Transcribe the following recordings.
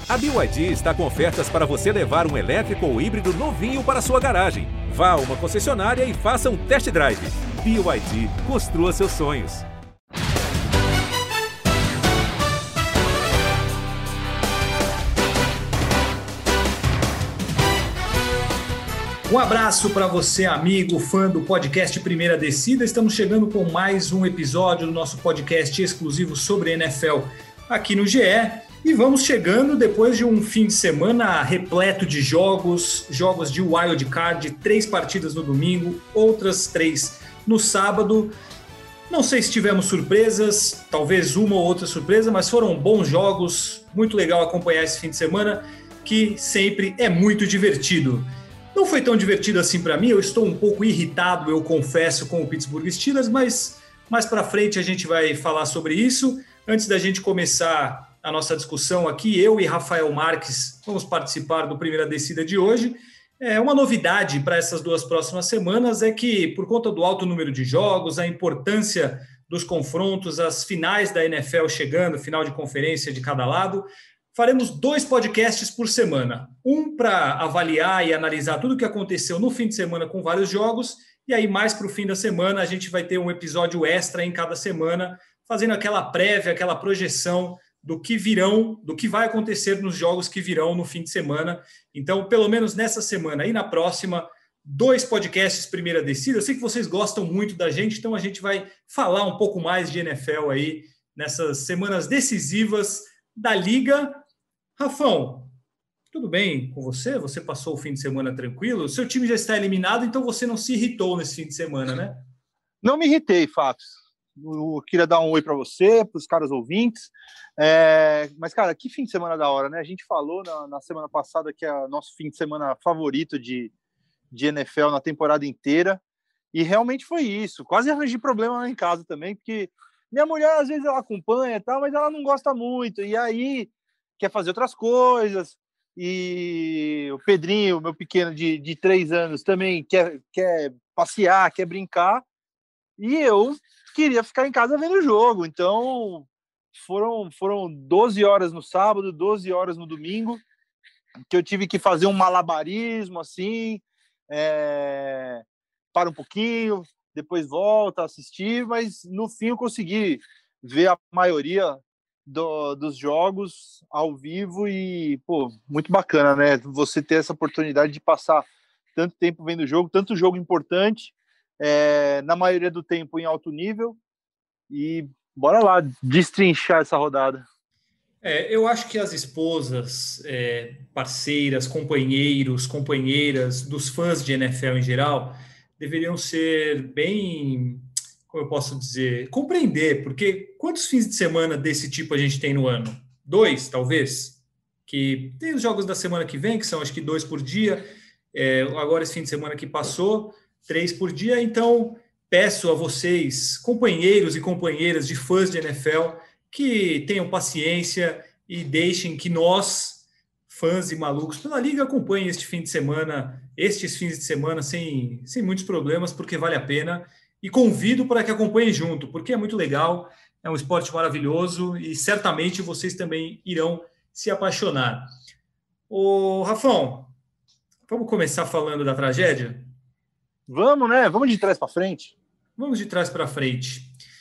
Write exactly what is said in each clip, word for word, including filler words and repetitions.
A B Y D está com ofertas para você levar um elétrico ou híbrido novinho para sua garagem. Vá a uma concessionária e faça um test drive. B Y D, construa seus sonhos. Um abraço para você, amigo, fã do podcast Primeira Descida. Estamos chegando com mais um episódio do nosso podcast exclusivo sobre N F L aqui no G E. E vamos chegando depois de um fim de semana repleto de jogos, jogos de wild card, três partidas no domingo, outras três no sábado. Não sei se tivemos surpresas, talvez uma ou outra surpresa, mas foram bons jogos, muito legal acompanhar esse fim de semana, que sempre é muito divertido. Não foi tão divertido assim para mim, eu estou um pouco irritado, eu confesso, com o Pittsburgh Steelers, mas mais para frente a gente vai falar sobre isso. Antes da gente começar a nossa discussão aqui, eu e Rafael Marques vamos participar do Primeira Descida de hoje. É, uma novidade para essas duas próximas semanas é que, por conta do alto número de jogos, a importância dos confrontos, as finais da N F L chegando, final de conferência de cada lado, faremos dois podcasts por semana. Um para avaliar e analisar tudo o que aconteceu no fim de semana com vários jogos, e aí mais para o fim da semana a gente vai ter um episódio extra em cada semana, fazendo aquela prévia, aquela projeção do que virão, do que vai acontecer nos jogos que virão no fim de semana. Então, pelo menos nessa semana e na próxima, dois podcasts Primeira Descida. Eu sei que vocês gostam muito da gente, então a gente vai falar um pouco mais de N F L aí nessas semanas decisivas da Liga. Rafão, tudo bem com você? Você passou o fim de semana tranquilo? O seu time já está eliminado, então você não se irritou nesse fim de semana, né? Não me irritei, Fatos. Eu queria dar um oi para você, para os caras ouvintes. É, mas, cara, que fim de semana da hora, né? A gente falou na, na semana passada que é o nosso fim de semana favorito de, de N F L na temporada inteira. E realmente foi isso. Quase arranjei problema lá em casa também, porque minha mulher, às vezes, ela acompanha e tal, mas ela não gosta muito. E aí quer fazer outras coisas. E o Pedrinho, meu pequeno de, de três anos, também quer, quer passear, quer brincar. E eu queria ficar em casa vendo o jogo. Então, foram, foram doze horas no sábado, doze horas no domingo, que eu tive que fazer um malabarismo, assim, é... para um pouquinho, depois volta a assistir, mas no fim eu consegui ver a maioria do, dos jogos ao vivo e, pô, muito bacana, né? Você ter essa oportunidade de passar tanto tempo vendo o jogo, tanto jogo importante, É, na maioria do tempo em alto nível, e bora lá destrinchar essa rodada. É, eu acho que as esposas, é, parceiras, companheiros, companheiras dos fãs de N F L em geral deveriam ser bem, como eu posso dizer, compreender, porque quantos fins de semana desse tipo a gente tem no ano? Dois, talvez? Que tem os jogos da semana que vem, que são acho que dois por dia, é, agora esse fim de semana que passou, três por dia. Então, peço a vocês, companheiros e companheiras de fãs de N F L, que tenham paciência e deixem que nós, fãs e malucos pela Liga, acompanhem este fim de semana, estes fins de semana sem, sem muitos problemas, porque vale a pena. E convido para que acompanhem junto, porque é muito legal, é um esporte maravilhoso e certamente vocês também irão se apaixonar. Ô, Rafão, vamos começar falando da tragédia? Vamos, né? Vamos de trás para frente. Vamos de trás para frente.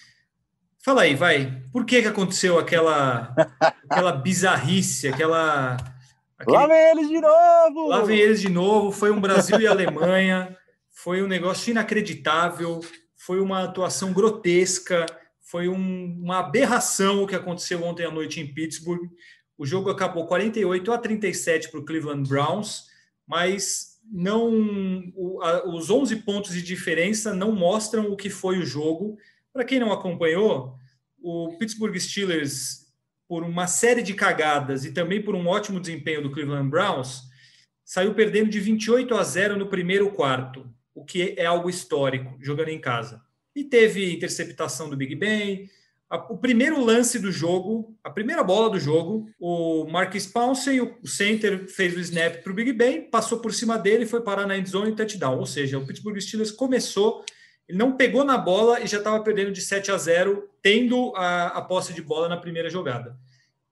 Fala aí, vai. Por que que aconteceu aquela, aquela bizarrice, aquela... Aquele... Lá vem eles de novo! Lá vem eles de novo. Foi um Brasil e Alemanha. Foi um negócio inacreditável. Foi uma atuação grotesca. Foi um, uma aberração o que aconteceu ontem à noite em Pittsburgh. O jogo acabou quarenta e oito a trinta e sete para o Cleveland Browns, mas... não, o, a, os onze pontos de diferença não mostram o que foi o jogo. Para quem não acompanhou, o Pittsburgh Steelers, por uma série de cagadas e também por um ótimo desempenho do Cleveland Browns, saiu perdendo de vinte e oito a zero no primeiro quarto, o que é algo histórico, jogando em casa. E teve interceptação do Big Ben. O primeiro lance do jogo, a primeira bola do jogo, o Marquise Pouncey, o center, fez o snap para o Big Ben, passou por cima dele e foi parar na endzone e touchdown. Ou seja, o Pittsburgh Steelers começou, ele não pegou na bola e já estava perdendo de sete a zero, tendo a, a posse de bola na primeira jogada.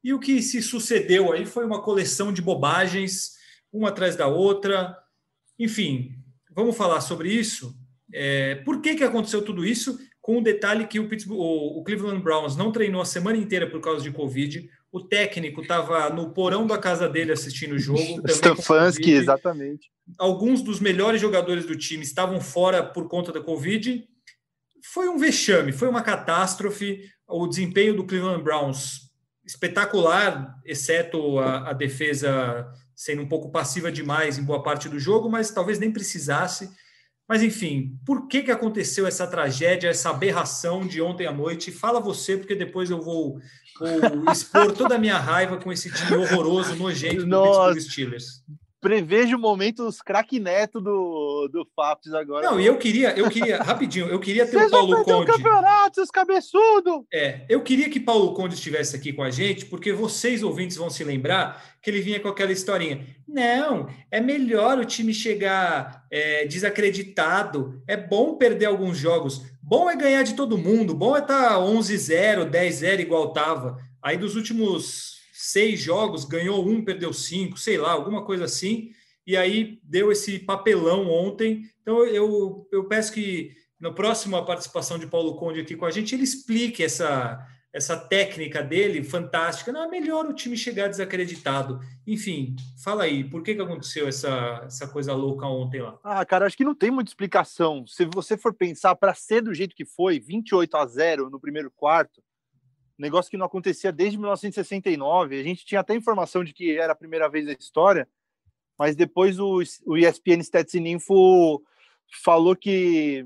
E o que se sucedeu aí foi uma coleção de bobagens, uma atrás da outra. Enfim, vamos falar sobre isso. É, por que, que aconteceu tudo isso? Com o detalhe que o, Pittsburgh, o, o Cleveland Browns não treinou a semana inteira por causa de Covid. O técnico estava no porão da casa dele assistindo o jogo. Stefanski, exatamente. Alguns dos melhores jogadores do time estavam fora por conta da Covid. Foi um vexame, foi uma catástrofe. O desempenho do Cleveland Browns espetacular, exceto a, a defesa sendo um pouco passiva demais em boa parte do jogo, mas talvez nem precisasse. Mas, enfim, por que, que aconteceu essa tragédia, essa aberração de ontem à noite? Fala você, porque depois eu vou, vou expor toda a minha raiva com esse time horroroso, nojento do Pittsburgh Steelers. Prevejo o momento dos craque neto do, do Fapes agora. Não, e eu queria, eu queria, rapidinho, eu queria ter Vocês o Paulo vão perder Conde. o campeonato, seus cabeçudos! É, eu queria que Paulo Conde estivesse aqui com a gente, porque vocês, ouvintes, vão se lembrar que ele vinha com aquela historinha. Não, é melhor o time chegar é, desacreditado, é bom perder alguns jogos, bom é ganhar de todo mundo, bom é estar onze a zero, dez a zero igual estava. Aí dos últimos seis jogos, ganhou um, perdeu cinco, sei lá, alguma coisa assim, e aí deu esse papelão ontem. Então eu, eu peço que na próxima participação de Paulo Conde aqui com a gente, ele explique essa, essa técnica dele fantástica. Não, é melhor o time chegar desacreditado. Enfim, fala aí, por que, que aconteceu essa, essa coisa louca ontem lá? Ah, cara, acho que não tem muita explicação. Se você for pensar, para ser do jeito que foi, vinte e oito a zero no primeiro quarto, negócio que não acontecia desde mil novecentos e sessenta e nove, a gente tinha até informação de que era a primeira vez na história, mas depois o, o E S P N Stats Info falou que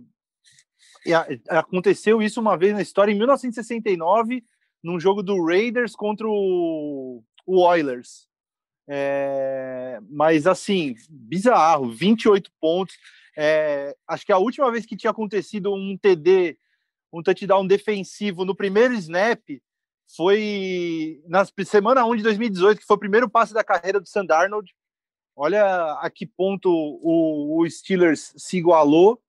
aconteceu isso uma vez na história, em mil novecentos e sessenta e nove, num jogo do Raiders contra o, o Oilers. É, mas, assim, bizarro, vinte e oito pontos. É, acho que a última vez que tinha acontecido um T D, um touchdown defensivo no primeiro snap, foi na semana um de dois mil e dezoito, que foi o primeiro passe da carreira do Sam Darnold. Olha a que ponto o, o Steelers se igualou.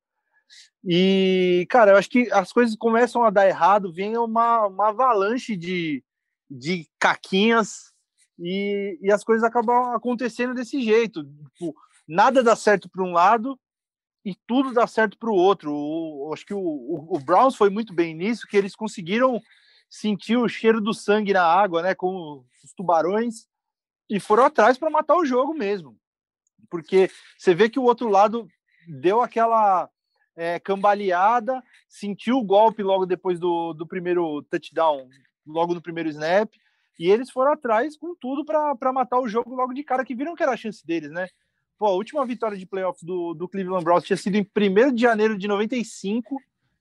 E, cara, eu acho que as coisas começam a dar errado, vem uma, uma avalanche de, de caquinhas e, e as coisas acabam acontecendo desse jeito. Tipo, nada dá certo para um lado e tudo dá certo para o outro. O, acho que o, o, o Browns foi muito bem nisso, que eles conseguiram sentir o cheiro do sangue na água, né, com os tubarões, e foram atrás para matar o jogo mesmo. Porque você vê que o outro lado deu aquela é, cambaleada, sentiu o golpe logo depois do, do primeiro touchdown, logo no primeiro snap, e eles foram atrás com tudo para matar o jogo logo de cara, que viram que era a chance deles, né? Pô, a última vitória de playoffs do, do Cleveland Browns tinha sido em primeiro de janeiro de noventa e cinco,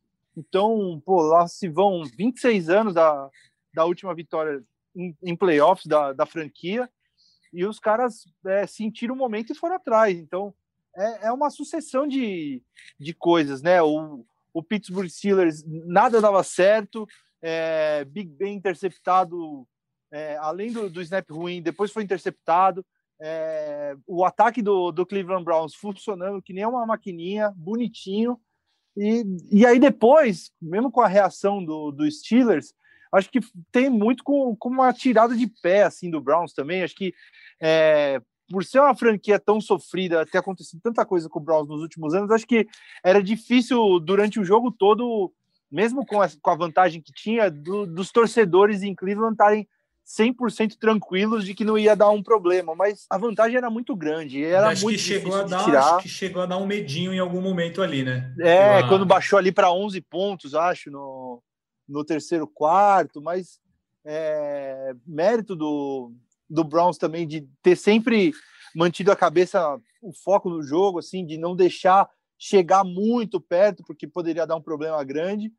então, pô, lá se vão vinte e seis anos da, da última vitória em, em playoffs da, da franquia, e os caras é, sentiram o momento e foram atrás. Então, é, é uma sucessão de, de coisas, né? O, o Pittsburgh Steelers, nada dava certo, é, Big Ben interceptado, é, além do, do snap ruim, depois foi interceptado, é, o ataque do, do Cleveland Browns funcionando que nem uma maquininha, bonitinho, e, e aí depois, mesmo com a reação do, do Steelers, acho que tem muito com, com uma tirada de pé assim, do Browns também. Acho que é, por ser uma franquia tão sofrida, ter acontecido tanta coisa com o Browns nos últimos anos, acho que era difícil durante o jogo todo, mesmo com a, com a vantagem que tinha, do, dos torcedores em Cleveland estarem cem por cento tranquilos de que não ia dar um problema, mas a vantagem era muito grande, era acho muito que chegou difícil a dar, de tirar. Acho que chegou a dar um medinho em algum momento ali, né? É, Pela... quando baixou ali para onze pontos, acho, no, no terceiro quarto, mas é, mérito do, do Browns também de ter sempre mantido a cabeça, o foco no jogo, assim, de não deixar chegar muito perto, porque poderia dar um problema grande.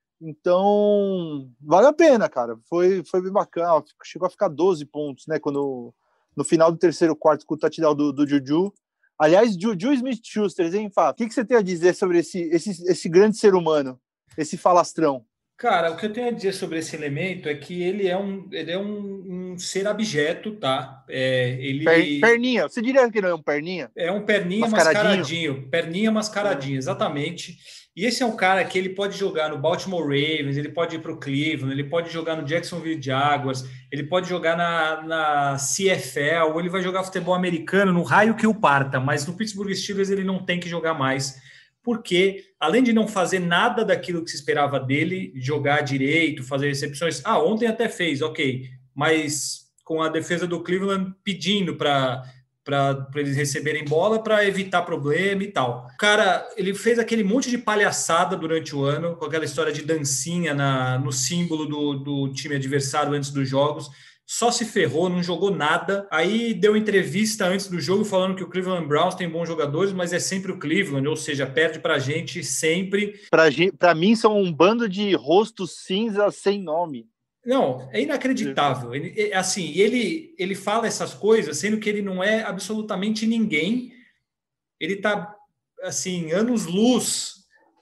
Então, vale a pena, cara. Foi, foi bem bacana. Chegou a ficar doze pontos, né? Quando, no final do terceiro quarto, com o touchdown do, do Juju. Aliás, Juju Smith-Schuster, hein, Fábio? O que, que você tem a dizer sobre esse, esse, esse grande ser humano, esse falastrão? Cara, o que eu tenho a dizer sobre esse elemento é que ele é um, ele é um, um ser abjeto, tá? É, Per, ele perninha, você diria que não é um perninha? é um perninha Mascaradinho? mascaradinho, perninha mascaradinho, exatamente. E esse é um cara que ele pode jogar no Baltimore Ravens, ele pode ir para o Cleveland, ele pode jogar no Jacksonville Jaguars, ele pode jogar na, na C F L, ou ele vai jogar futebol americano no raio que o parta, mas no Pittsburgh Steelers ele não tem que jogar mais, porque além de não fazer nada daquilo que se esperava dele, jogar direito, fazer recepções, ah, ontem até fez, ok, mas com a defesa do Cleveland pedindo para para eles receberem bola para evitar problema e tal. O cara, ele fez aquele monte de palhaçada durante o ano, com aquela história de dancinha na, no símbolo do, do time adversário antes dos jogos. Só se ferrou, não jogou nada. Aí deu entrevista antes do jogo falando que o Cleveland Browns tem bons jogadores, mas é sempre o Cleveland, ou seja, perde pra gente sempre. Para mim são um bando de rostos cinzas sem nome. Não, é inacreditável. Ele, assim, ele, ele fala essas coisas, sendo que ele não é absolutamente ninguém. Ele está, assim, anos-luz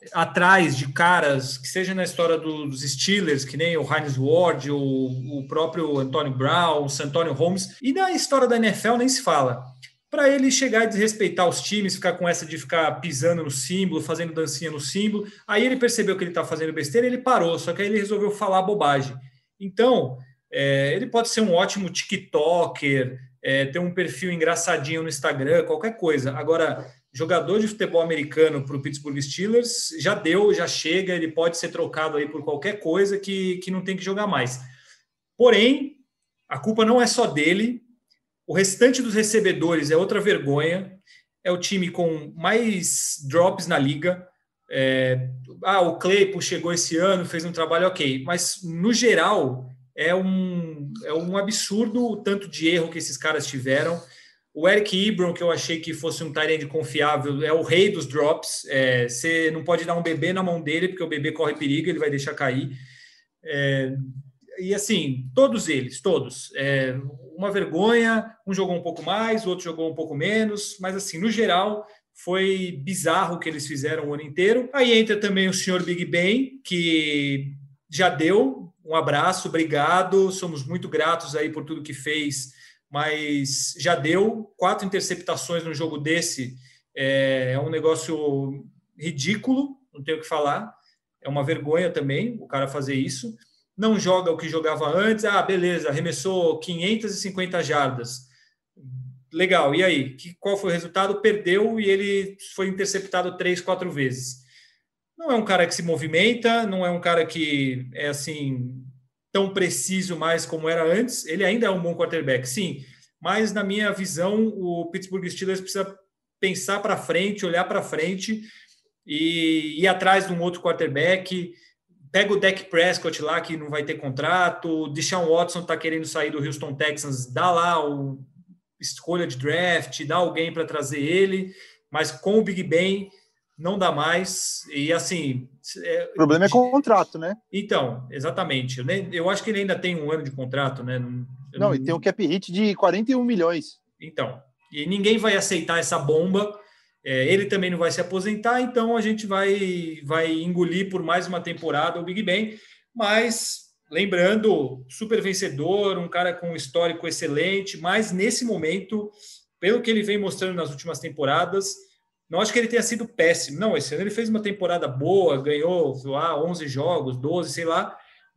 atrás de caras, que seja na história dos Steelers, que nem o Hines Ward, o, o próprio Antonio Brown, o Santonio Holmes, e na história da N F L nem se fala. Para ele chegar e desrespeitar os times, ficar com essa de ficar pisando no símbolo, fazendo dancinha no símbolo, aí ele percebeu que ele está fazendo besteira e ele parou, só que aí ele resolveu falar bobagem. Então, é, ele pode ser um ótimo TikToker, é, ter um perfil engraçadinho no Instagram, qualquer coisa. Agora, jogador de futebol americano para o Pittsburgh Steelers já deu, já chega, ele pode ser trocado aí por qualquer coisa que, que não tem que jogar mais. Porém, a culpa não é só dele. O restante dos recebedores é outra vergonha. É o time com mais drops na liga. É, ah, o Claypool chegou esse ano, fez um trabalho ok, mas no geral é um, é um absurdo o tanto de erro que esses caras tiveram. O Eric Ebron, que eu achei que fosse um tight end confiável, é o rei dos drops. É, você não pode dar um bebê na mão dele, porque o bebê corre perigo, ele vai deixar cair. É, e assim, todos eles, todos. É, uma vergonha, um jogou um pouco mais, o outro jogou um pouco menos, mas assim, no geral, foi bizarro o que eles fizeram o ano inteiro. Aí entra também o senhor Big Ben, que já deu um abraço, obrigado, somos muito gratos aí por tudo que fez, mas já deu quatro interceptações no jogo desse, é, é um negócio ridículo, não tenho o que falar, é uma vergonha também o cara fazer isso. Não joga o que jogava antes, ah, beleza, arremessou quinhentas e cinquenta jardas, legal, e aí? Que, qual foi o resultado? Perdeu e ele foi interceptado três, quatro vezes. Não é um cara que se movimenta, não é um cara que é assim tão preciso mais como era antes. Ele ainda é um bom quarterback, sim, mas na minha visão o Pittsburgh Steelers precisa pensar para frente, olhar para frente e ir atrás de um outro quarterback. Pega o Dak Prescott lá, que não vai ter contrato, o Deshaun Watson está querendo sair do Houston Texans, dá lá o escolha de draft, dá alguém para trazer ele, mas com o Big Ben não dá mais. E assim... É, o problema é contrato, né? Então, exatamente. Eu, nem, eu acho que ele ainda tem um ano de contrato, né? Não, não, e tem um cap hit de quarenta e um milhões. Então, e ninguém vai aceitar essa bomba. É, ele também não vai se aposentar, então a gente vai, vai engolir por mais uma temporada o Big Ben, mas... Lembrando, super vencedor, um cara com um histórico excelente, mas nesse momento, pelo que ele vem mostrando nas últimas temporadas, não acho que ele tenha sido péssimo. Não, esse ano ele fez uma temporada boa, ganhou lá onze jogos, doze, sei lá,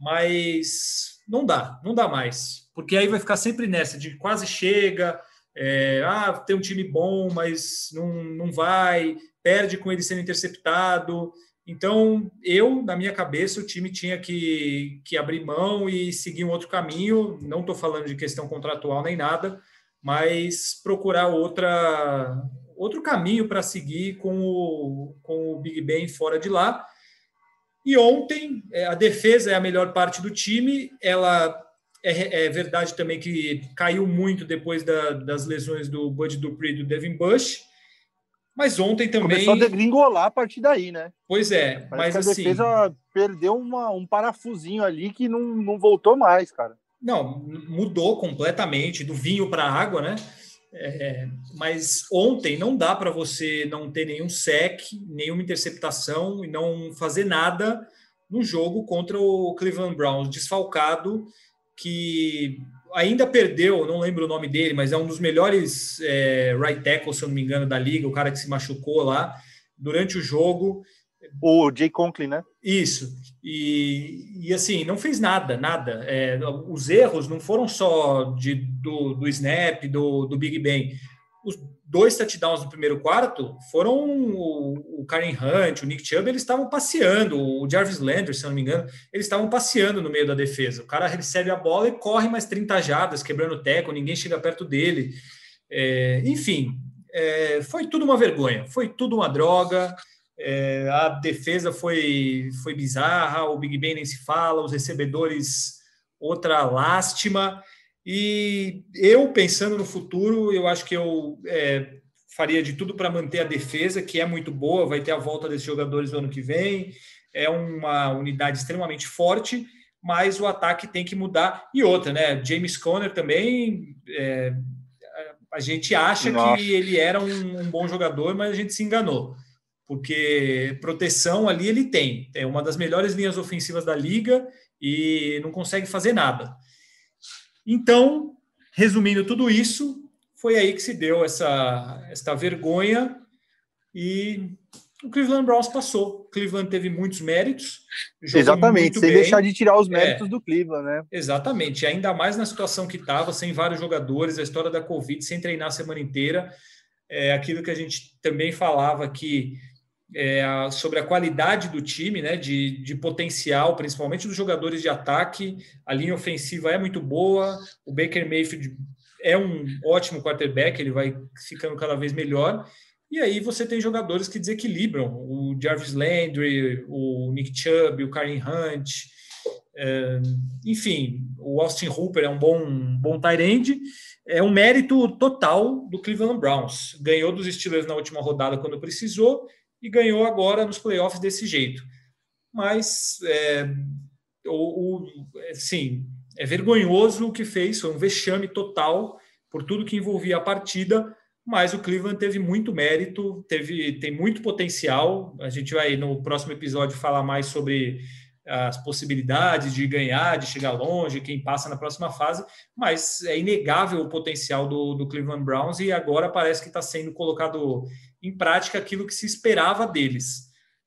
mas não dá, não dá mais. Porque aí vai ficar sempre nessa de quase chega, é, ah, tem um time bom, mas não, não vai, perde com ele sendo interceptado. Então, eu, na minha cabeça, o time tinha que, que abrir mão e seguir um outro caminho. Não estou falando de questão contratual nem nada, mas procurar outra, outro caminho para seguir com o, com o Big Ben fora de lá. E ontem, a defesa é a melhor parte do time. Ela é, é verdade também que caiu muito depois da, das lesões do Bud Dupree e do Devin Bush. Mas ontem também... Começou a degringolar a partir daí, né? Pois é, Parece mas que a assim... defesa perdeu uma, um parafusinho ali que não, não voltou mais, cara. Não, mudou completamente, do vinho para a água, né? É, mas ontem não dá para você não ter nenhum sec, nenhuma interceptação e não fazer nada no jogo contra o Cleveland Browns, desfalcado, que ainda perdeu, não lembro o nome dele, mas é um dos melhores é, right tackle, se eu não me engano, da liga, o cara que se machucou lá durante o jogo. O Jay Conklin, né? Isso. E, e assim, não fez nada, nada. É, os erros não foram só de, do, do snap, do, do Big Ben. Os dois touchdowns no primeiro quarto foram o, o Karen Hunt, o Nick Chubb, eles estavam passeando, o Jarvis Landry, se eu não me engano, eles estavam passeando no meio da defesa. O cara recebe a bola e corre mais trinta jardas, quebrando o teco, ninguém chega perto dele. É, enfim, é, foi tudo uma vergonha, foi tudo uma droga. É, a defesa foi, foi bizarra, o Big Ben nem se fala, os recebedores, outra lástima. E eu, pensando no futuro, eu acho que eu é, faria de tudo para manter a defesa, que é muito boa, vai ter a volta desses jogadores no ano que vem, é uma unidade extremamente forte, mas o ataque tem que mudar. E outra, né? James Conner também, é, a gente acha Nossa. que ele era um, um bom jogador, mas a gente se enganou. Porque proteção ali ele tem. É uma das melhores linhas ofensivas da liga e não consegue fazer nada. Então, resumindo tudo isso, foi aí que se deu essa, essa vergonha e o Cleveland Browns passou. O Cleveland teve muitos méritos. Exatamente, sem bem. deixar de tirar os méritos é, do Cleveland, né? Exatamente, ainda mais na situação que estava, sem vários jogadores, a história da Covid, sem treinar a semana inteira. É aquilo que a gente também falava que É, sobre a qualidade do time, né, de, de potencial, principalmente dos jogadores de ataque. A linha ofensiva é muito boa, o Baker Mayfield é um ótimo quarterback, ele vai ficando cada vez melhor, e aí você tem jogadores que desequilibram, o Jarvis Landry, o Nick Chubb, o Karen Hunt, é, enfim, o Austin Hooper é um bom, um bom tight end. É um mérito total do Cleveland Browns, ganhou dos Steelers na última rodada quando precisou, e ganhou agora nos playoffs desse jeito. Mas, é, o, o, assim, é vergonhoso o que fez, foi um vexame total por tudo que envolvia a partida, mas o Cleveland teve muito mérito, teve, tem muito potencial. A gente vai, no próximo episódio, falar mais sobre as possibilidades de ganhar, de chegar longe, quem passa na próxima fase, mas é inegável o potencial do, do Cleveland Browns e agora parece que está sendo colocado em prática aquilo que se esperava deles.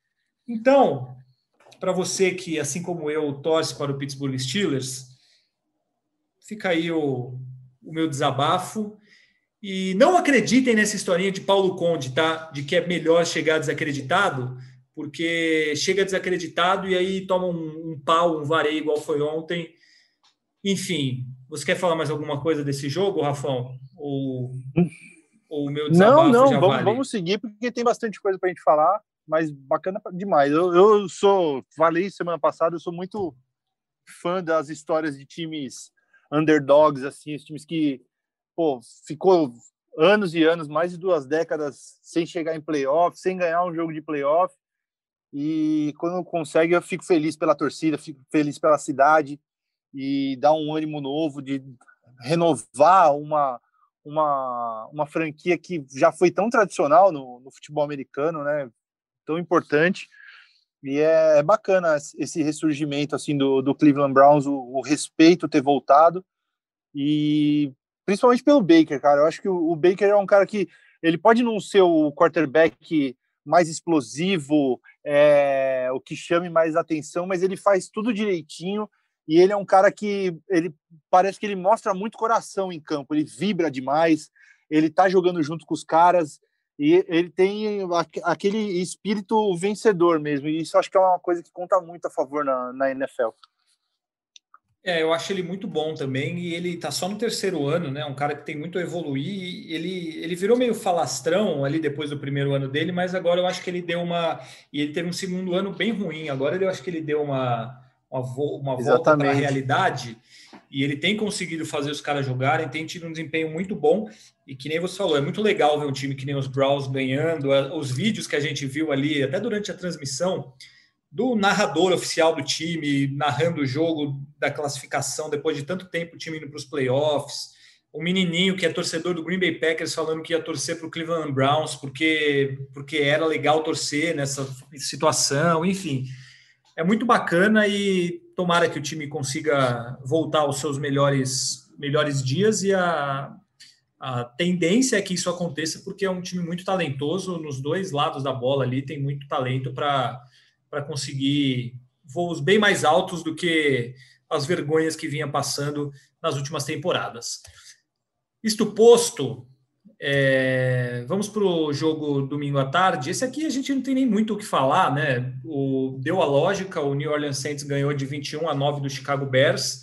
Então, para você que, assim como eu, torce para o Pittsburgh Steelers, fica aí o, o meu desabafo. E não acreditem nessa historinha de Paulo Conde, tá? De que é melhor chegar desacreditado, porque chega desacreditado e aí toma um, um pau, um vareio igual foi ontem. Enfim, você quer falar mais alguma coisa desse jogo, Rafão? Ou... ou o meu desabafo não, não, já vamos, vale? vamos seguir, porque tem bastante coisa para a gente falar, mas bacana demais. Eu, eu sou, falei semana passada, eu sou muito fã das histórias de times underdogs, assim, os times que, pô, ficou anos e anos, mais de duas décadas sem chegar em playoff, sem ganhar um jogo de playoff, e quando consegue eu fico feliz pela torcida, fico feliz pela cidade, e dá um ânimo novo de renovar uma Uma, uma franquia que já foi tão tradicional no, no futebol americano, né? Tão importante. E é, é bacana esse ressurgimento assim, do, do Cleveland Browns, o, o respeito ter voltado. E principalmente pelo Baker, cara. Eu acho que o, o Baker é um cara que ele pode não ser o quarterback mais explosivo, é, o que chame mais atenção, mas ele faz tudo direitinho. E ele é um cara que ele parece que ele mostra muito coração em campo, ele vibra demais, ele tá jogando junto com os caras e ele tem aquele espírito vencedor mesmo, e isso acho que é uma coisa que conta muito a favor na, na N F L. É, eu acho ele muito bom também, e ele tá só no terceiro ano, né? Um cara que tem muito a evoluir, e ele, ele virou meio falastrão ali depois do primeiro ano dele, mas agora eu acho que ele deu uma... E ele teve um segundo ano bem ruim, agora eu acho que ele deu uma... uma, vo uma volta para a realidade, e ele tem conseguido fazer os caras jogarem, tem tido um desempenho muito bom, e que nem você falou, é muito legal ver um time que nem os Browns ganhando, os vídeos que a gente viu ali, até durante a transmissão, do narrador oficial do time, narrando o jogo da classificação, depois de tanto tempo o time indo para os playoffs, o menininho que é torcedor do Green Bay Packers falando que ia torcer para o Cleveland Browns, porque, porque era legal torcer nessa situação, enfim... é muito bacana e tomara que o time consiga voltar aos seus melhores, melhores dias e a, a tendência é que isso aconteça porque é um time muito talentoso nos dois lados da bola ali, tem muito talento para conseguir voos bem mais altos do que as vergonhas que vinha passando nas últimas temporadas. Isto posto, é, vamos para o jogo domingo à tarde. Esse aqui a gente não tem nem muito o que falar, né? O, deu a lógica, o New Orleans Saints ganhou de vinte e um a nove do Chicago Bears.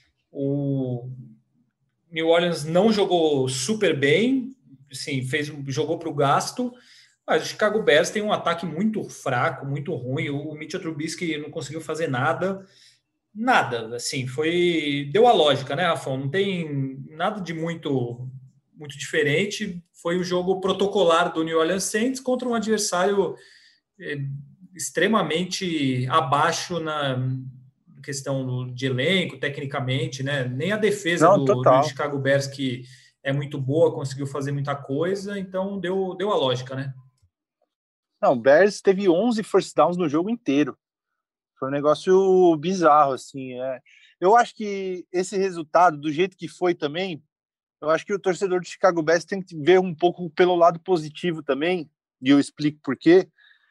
O New Orleans não jogou super bem, assim, fez, jogou para o gasto, mas o Chicago Bears tem um ataque muito fraco, muito ruim. O Mitchell Trubisky não conseguiu fazer nada. Nada, assim, foi... Deu a lógica, né, Rafão? Não tem nada de muito, muito diferente. Foi um jogo protocolar do New Orleans Saints contra um adversário é, extremamente abaixo na questão de elenco, tecnicamente, né? Nem a defesa Não, do, do Chicago Bears, que é muito boa, conseguiu fazer muita coisa, então deu, deu a lógica, né? Não, o Bears teve onze first downs no jogo inteiro. Foi um negócio bizarro, assim. É. Eu acho que esse resultado, do jeito que foi também, eu acho que o torcedor do Chicago Bears tem que ver um pouco pelo lado positivo também, e eu explico por quê.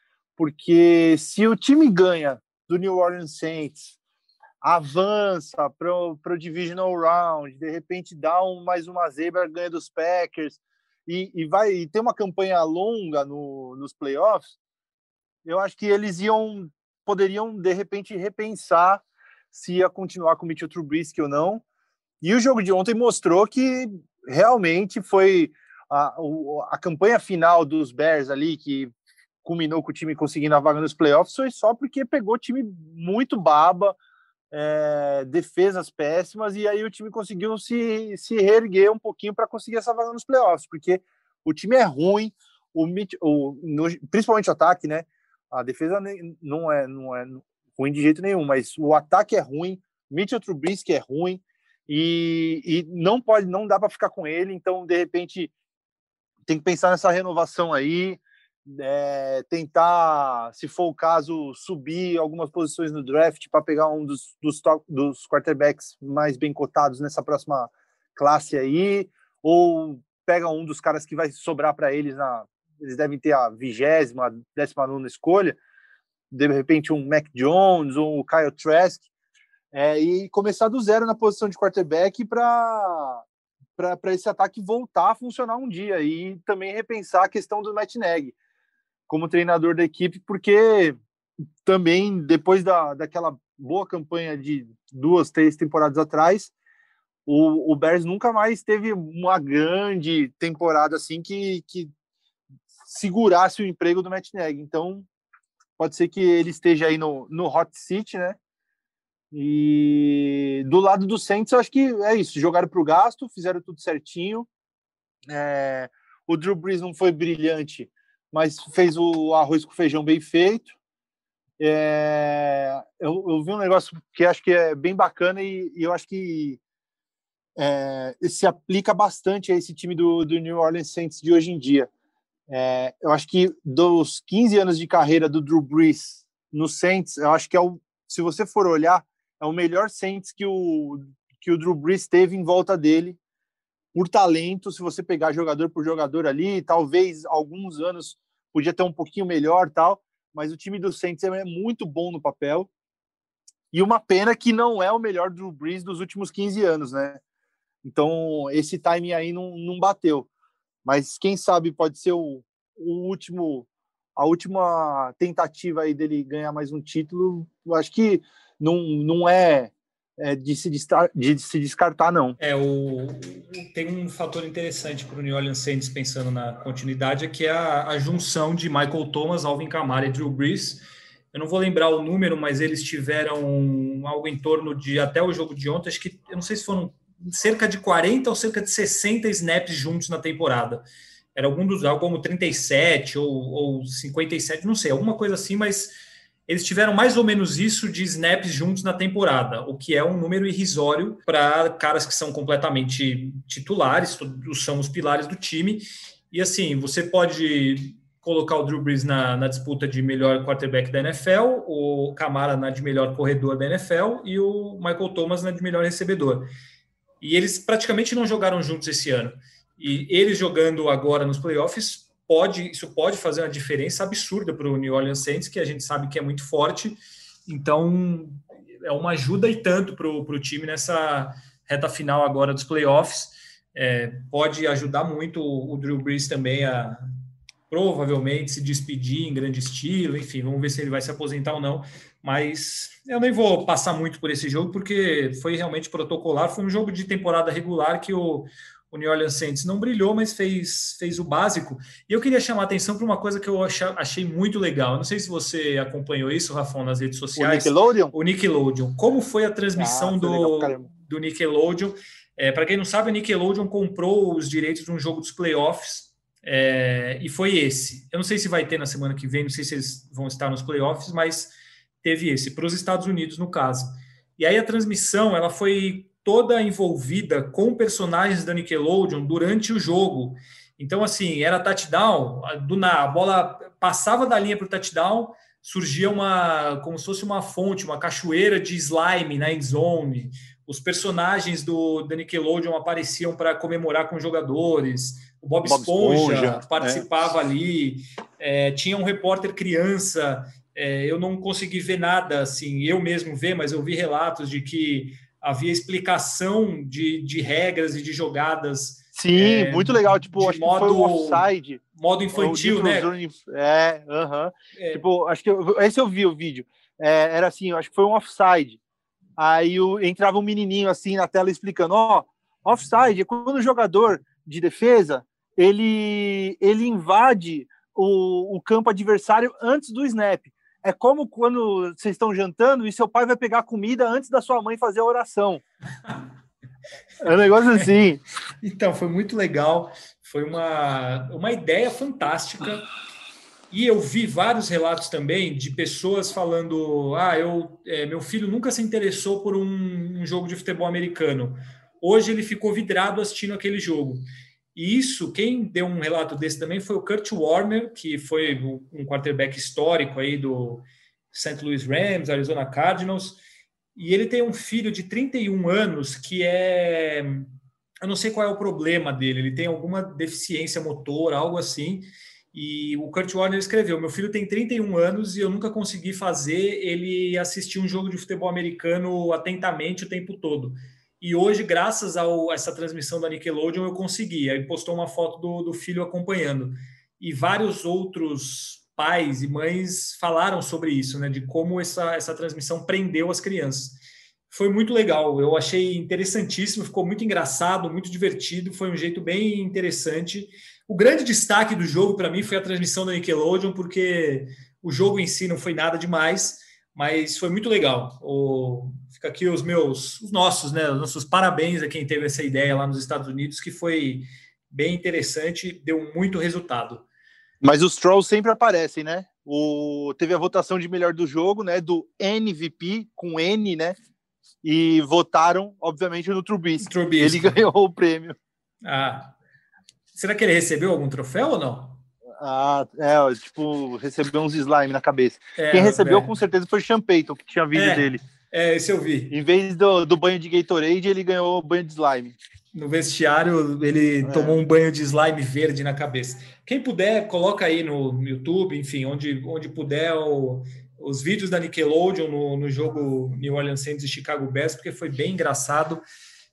Porque se o time ganha do New Orleans Saints, avança para o Divisional Round, de repente dá um, mais uma zebra, ganha dos Packers, e, e vai e tem uma campanha longa no, nos playoffs, eu acho que eles iam poderiam, de repente, repensar se ia continuar com o Mitchell Trubisky ou não. E o jogo de ontem mostrou que realmente foi a, a campanha final dos Bears ali, que culminou com o time conseguindo a vaga nos playoffs, foi só porque pegou time muito baba, é, defesas péssimas, e aí o time conseguiu se, se reerguer um pouquinho para conseguir essa vaga nos playoffs, porque o time é ruim, o, o, no, principalmente o ataque, né? A defesa não é, não é ruim de jeito nenhum, mas o ataque é ruim, Mitchell Trubisky é ruim, e, e não pode, não dá para ficar com ele, então, de repente, tem que pensar nessa renovação aí, é, tentar, se for o caso, subir algumas posições no draft para pegar um dos, dos, top, dos quarterbacks mais bem cotados nessa próxima classe aí, ou pega um dos caras que vai sobrar para eles na... Eles devem ter a vigésima, décima nona escolha, de repente um Mac Jones ou o Kyle Trask, é, e começar do zero na posição de quarterback para esse ataque voltar a funcionar um dia, e também repensar a questão do Matt Nagy como treinador da equipe, porque também, depois da, daquela boa campanha de duas, três temporadas atrás, o, o Bears nunca mais teve uma grande temporada assim que, que segurasse o emprego do Matt Nagy. Então, pode ser que ele esteja aí no, no hot seat, né? E do lado do Saints, eu acho que é isso. Jogaram para o gasto, fizeram tudo certinho. É, o Drew Brees não foi brilhante, mas fez o arroz com feijão bem feito. É, eu, eu vi um negócio que acho que é bem bacana e, e eu acho que é, se aplica bastante a esse time do, do New Orleans Saints de hoje em dia. É, eu acho que dos quinze anos de carreira do Drew Brees no Saints, eu acho que é o, se você for olhar, é o melhor Saints que o, que o Drew Brees teve em volta dele, por talento. Se você pegar jogador por jogador ali, talvez alguns anos podia ter um pouquinho melhor, tal, mas o time do Saints é muito bom no papel, e uma pena que não é o melhor Drew Brees dos últimos quinze anos, né? Então esse timing aí não, não bateu. Mas quem sabe pode ser o, o último, a última tentativa aí dele ganhar mais um título. Eu acho que não, não é, é de, se destar, de se descartar, não. É, o, tem um fator interessante para o New Orleans Saints, pensando na continuidade, é que é a, a junção de Michael Thomas, Alvin Kamara e Drew Brees. Eu não vou lembrar o número, mas eles tiveram algo em torno de, até o jogo de ontem, acho que, eu não sei se foram cerca de quarenta ou cerca de sessenta snaps juntos na temporada. Era algum dos, algo como trinta e sete ou, ou cinquenta e sete, não sei, alguma coisa assim, mas eles tiveram mais ou menos isso de snaps juntos na temporada, o que é um número irrisório para caras que são completamente titulares, são os pilares do time. E assim, você pode colocar o Drew Brees na, na disputa de melhor quarterback da N F L, o Kamara na de melhor corredor da N F L e o Michael Thomas na de melhor recebedor. E eles praticamente não jogaram juntos esse ano. E eles jogando agora nos playoffs, pode, isso pode fazer uma diferença absurda para o New Orleans Saints, que a gente sabe que é muito forte. Então, é uma ajuda e tanto para o time nessa reta final agora dos playoffs. É, pode ajudar muito o, o Drew Brees também a provavelmente se despedir em grande estilo, enfim, vamos ver se ele vai se aposentar ou não, mas eu nem vou passar muito por esse jogo, porque foi realmente protocolar, foi um jogo de temporada regular que o, o New Orleans Saints não brilhou, mas fez, fez o básico, e eu queria chamar a atenção para uma coisa que eu achei muito legal, eu não sei se você acompanhou isso, Rafão, nas redes sociais. O Nickelodeon? O Nickelodeon, como foi a transmissão ah, do, legal, do Nickelodeon? É, para quem não sabe, a Nickelodeon comprou os direitos de um jogo dos playoffs, É, e foi esse. Eu não sei se vai ter na semana que vem, não sei se eles vão estar nos playoffs, mas teve esse, para os Estados Unidos, no caso. E aí a transmissão ela foi toda envolvida com personagens da Nickelodeon durante o jogo. Então, assim, era touchdown, do nada, a bola passava da linha para o touchdown, surgia uma, como se fosse uma fonte, uma cachoeira de slime na end zone. Os personagens do, da Nickelodeon apareciam para comemorar com os jogadores. O Bob, Bob Esponja, Esponja participava é. ali, é, tinha um repórter criança, é, eu não consegui ver nada, assim, eu mesmo ver, mas eu vi relatos de que havia explicação de, de regras e de jogadas. Sim, é, muito legal, tipo, acho modo, que foi um offside. Modo infantil, né? É, aham. Uh-huh. É. Tipo, acho que eu, esse eu vi o vídeo, é, era assim, acho que foi um offside. Aí o, entrava um menininho assim na tela explicando, ó, oh, offside é quando o jogador de defesa ele, ele invade o, o campo adversário antes do snap. É como quando vocês estão jantando e seu pai vai pegar comida antes da sua mãe fazer a oração. É um negócio assim. Então, foi muito legal. Foi uma, uma ideia fantástica. E eu vi vários relatos também de pessoas falando ah, eu, é, meu filho nunca se interessou por um, um jogo de futebol americano. Hoje ele ficou vidrado assistindo aquele jogo. E isso, quem deu um relato desse também foi o Kurt Warner, que foi um quarterback histórico aí do Saint Louis Rams, Arizona Cardinals, e ele tem um filho de trinta e um anos que é... eu não sei qual é o problema dele, ele tem alguma deficiência motora, algo assim, e o Kurt Warner escreveu, meu filho tem trinta e um anos e eu nunca consegui fazer ele assistir um jogo de futebol americano atentamente o tempo todo. E hoje, graças a essa transmissão da Nickelodeon, eu consegui. Aí postou uma foto do, do filho acompanhando. E vários outros pais e mães falaram sobre isso, né? De como essa, essa transmissão prendeu as crianças. Foi muito legal. Eu achei interessantíssimo, ficou muito engraçado, muito divertido. Foi um jeito bem interessante. O grande destaque do jogo, para mim, foi a transmissão da Nickelodeon, porque o jogo em si não foi nada demais, mas foi muito legal. O... Fica aqui os meus, os nossos, né, os nossos parabéns a quem teve essa ideia lá nos Estados Unidos, que foi bem interessante, deu muito resultado. Mas os trolls sempre aparecem, né? O... Teve a votação de melhor do jogo, né, do M V P, com N, né, e votaram, obviamente, no Trubisky. Trubisky. Ele ganhou o prêmio. Ah, será que ele recebeu algum troféu ou não? Ah, é, tipo, recebeu uns slime na cabeça. É, Quem recebeu, é. com certeza, foi o Sean Payton, que tinha vídeo é, dele. É, esse eu vi. Em vez do, do banho de Gatorade, ele ganhou o banho de slime. No vestiário, ele é. tomou um banho de slime verde na cabeça. Quem puder, coloca aí no YouTube, enfim, onde, onde puder, o, os vídeos da Nickelodeon no, no jogo New Orleans Saints e Chicago Bears, porque foi bem engraçado.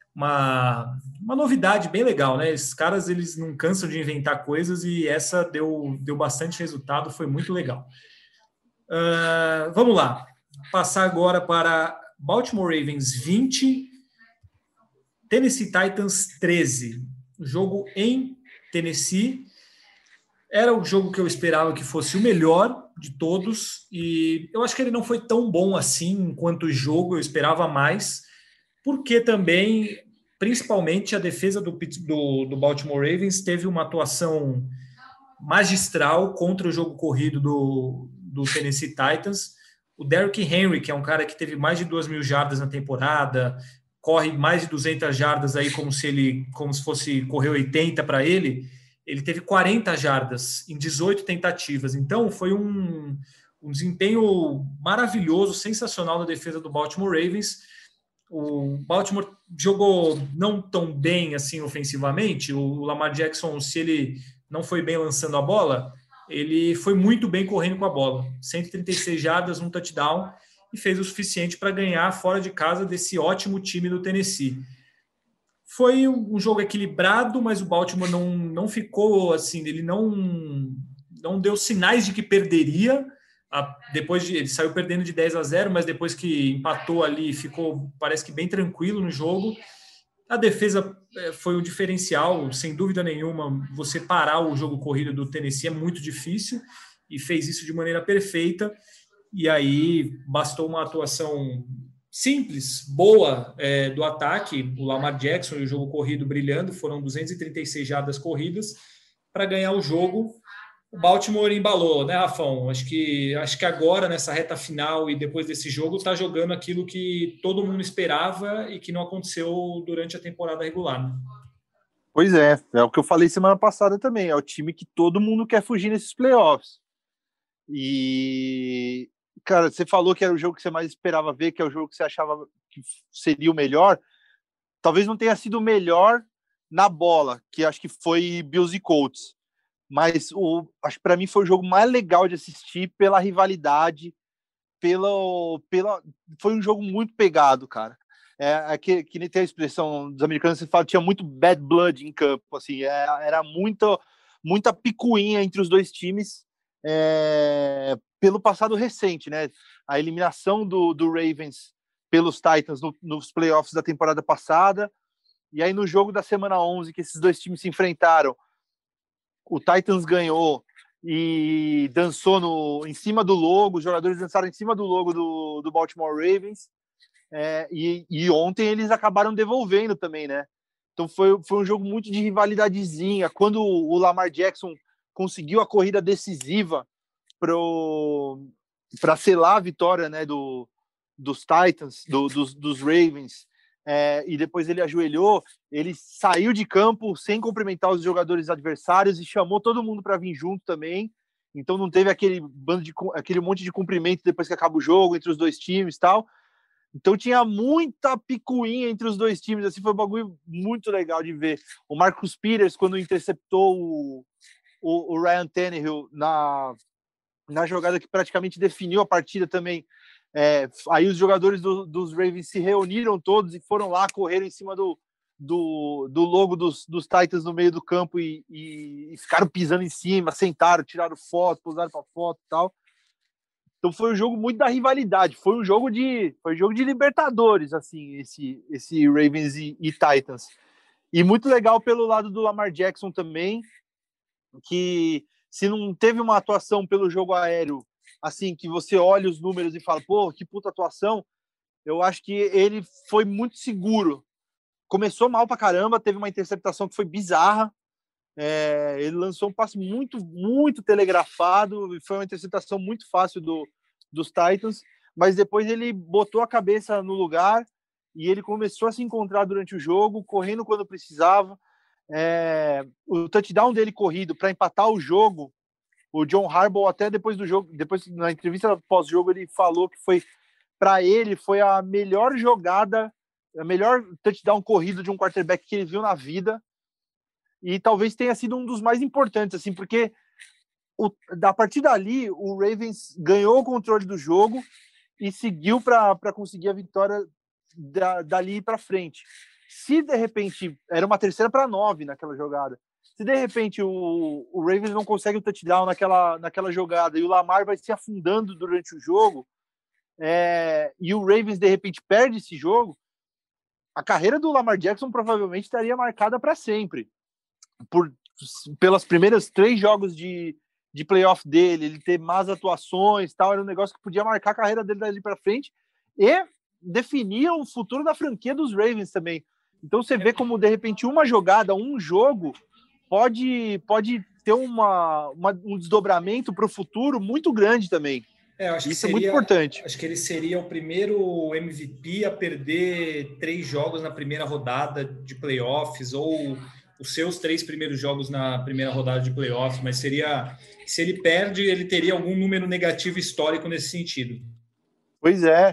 Uma, uma novidade bem legal, né? Esses caras, eles não cansam de inventar coisas e essa deu, deu bastante resultado, foi muito legal. Uh, vamos lá. Passar agora para Baltimore Ravens vinte, Tennessee Titans treze. Jogo em Tennessee. Era o jogo que eu esperava que fosse o melhor de todos e eu acho que ele não foi tão bom assim enquanto jogo, eu esperava mais, porque também, principalmente, a defesa do, do, do Baltimore Ravens teve uma atuação magistral contra o jogo corrido do, do Tennessee Titans. O Derrick Henry, que é um cara que teve mais de duas mil jardas na temporada, corre mais de duzentas jardas aí como se ele, como se fosse correr oitenta para ele, ele teve quarenta jardas em dezoito tentativas. Então, foi um, um desempenho maravilhoso, sensacional da defesa do Baltimore Ravens. O Baltimore jogou não tão bem assim ofensivamente. O Lamar Jackson, se ele não foi bem lançando a bola, ele foi muito bem correndo com a bola. cento e trinta e seis jardas, um touchdown, e fez o suficiente para ganhar fora de casa desse ótimo time do Tennessee. Foi um jogo equilibrado, mas o Baltimore não, não ficou assim, ele não, não deu sinais de que perderia. Depois de, ele saiu perdendo de dez a zero, mas depois que empatou ali, ficou, parece que bem tranquilo no jogo. A defesa foi o diferencial, sem dúvida nenhuma. Você parar o jogo corrido do Tennessee é muito difícil, e fez isso de maneira perfeita. E aí bastou uma atuação simples, boa, é, do ataque, o Lamar Jackson e o jogo corrido brilhando. Foram duzentas e trinta e seis jardas corridas para ganhar o jogo. O Baltimore embalou, né, Rafão? Acho que, acho que agora, nessa reta final e depois desse jogo, está jogando aquilo que todo mundo esperava e que não aconteceu durante a temporada regular. Né? Pois é, é o que eu falei semana passada também. É o time que todo mundo quer fugir nesses playoffs. E, cara, você falou que era o jogo que você mais esperava ver, que é o jogo que você achava que seria o melhor. Talvez não tenha sido o melhor na bola, que acho que foi Bills e Colts. Mas o, acho que para mim foi o jogo mais legal de assistir pela rivalidade, pela, pela, foi um jogo muito pegado, cara. É, é que, que nem tem a expressão dos americanos, você fala, tinha muito bad blood em campo, assim, é, era muita, muita picuinha entre os dois times, é, pelo passado recente, né? A eliminação do, do Ravens pelos Titans no, nos playoffs da temporada passada, e aí no jogo da semana onze, que esses dois times se enfrentaram, o Titans ganhou e dançou no, em cima do logo, os jogadores dançaram em cima do logo do, do Baltimore Ravens, é, e, e ontem eles acabaram devolvendo também, né? Então foi, foi um jogo muito de rivalidadezinha. Quando o Lamar Jackson conseguiu a corrida decisiva para selar a vitória, né, do, dos Titans, do, dos, dos Ravens, É, e depois ele ajoelhou, ele saiu de campo sem cumprimentar os jogadores adversários e chamou todo mundo para vir junto também. Então não teve aquele bando de aquele monte de cumprimento depois que acaba o jogo entre os dois times e tal. Então tinha muita picuinha entre os dois times, assim, foi um bagulho muito legal de ver. O Marcus Peters, quando interceptou o, o, o Ryan Tannehill na, na jogada que praticamente definiu a partida também, É, aí os jogadores do, dos Ravens se reuniram todos e foram lá, correram em cima do, do, do logo dos, dos Titans no meio do campo e, e, e ficaram pisando em cima, sentaram, tiraram foto, posaram para foto e tal. Então foi um jogo muito da rivalidade, foi um jogo de, foi um jogo de Libertadores, assim, esse, esse Ravens e, e Titans. E muito legal pelo lado do Lamar Jackson também, que se não teve uma atuação pelo jogo aéreo assim, que você olha os números e fala, pô, que puta atuação, eu acho que ele foi muito seguro. Começou mal pra caramba, teve uma interceptação que foi bizarra, é, ele lançou um passe muito, muito telegrafado, e foi uma interceptação muito fácil do, dos Titans, mas depois ele botou a cabeça no lugar e ele começou a se encontrar durante o jogo, correndo quando precisava. É, o touchdown dele corrido para empatar o jogo, o John Harbaugh, até depois do jogo, depois na entrevista pós-jogo, ele falou que foi, para ele, foi a melhor jogada, a melhor touchdown corrido de um quarterback que ele viu na vida, e talvez tenha sido um dos mais importantes, assim, porque o, a partir dali, o Ravens ganhou o controle do jogo e seguiu para conseguir a vitória da, dali para frente. Se, de repente, era uma terceira para nove naquela jogada, se de repente o, o Ravens não consegue o touchdown naquela, naquela jogada e o Lamar vai se afundando durante o jogo, é, e o Ravens de repente perde esse jogo, a carreira do Lamar Jackson provavelmente estaria marcada para sempre. Por, pelas primeiras três jogos de, de playoff dele, ele ter más atuações, tal, era um negócio que podia marcar a carreira dele dali para frente e definir o futuro da franquia dos Ravens também. Então você vê como de repente uma jogada, um jogo pode, pode ter uma, uma, um desdobramento para o futuro muito grande também. É, acho Isso que seria, é muito importante. Acho que ele seria o primeiro M V P a perder três jogos na primeira rodada de playoffs, ou os seus três primeiros jogos na primeira rodada de playoffs, mas seria, se ele perde, ele teria algum número negativo histórico nesse sentido. Pois é,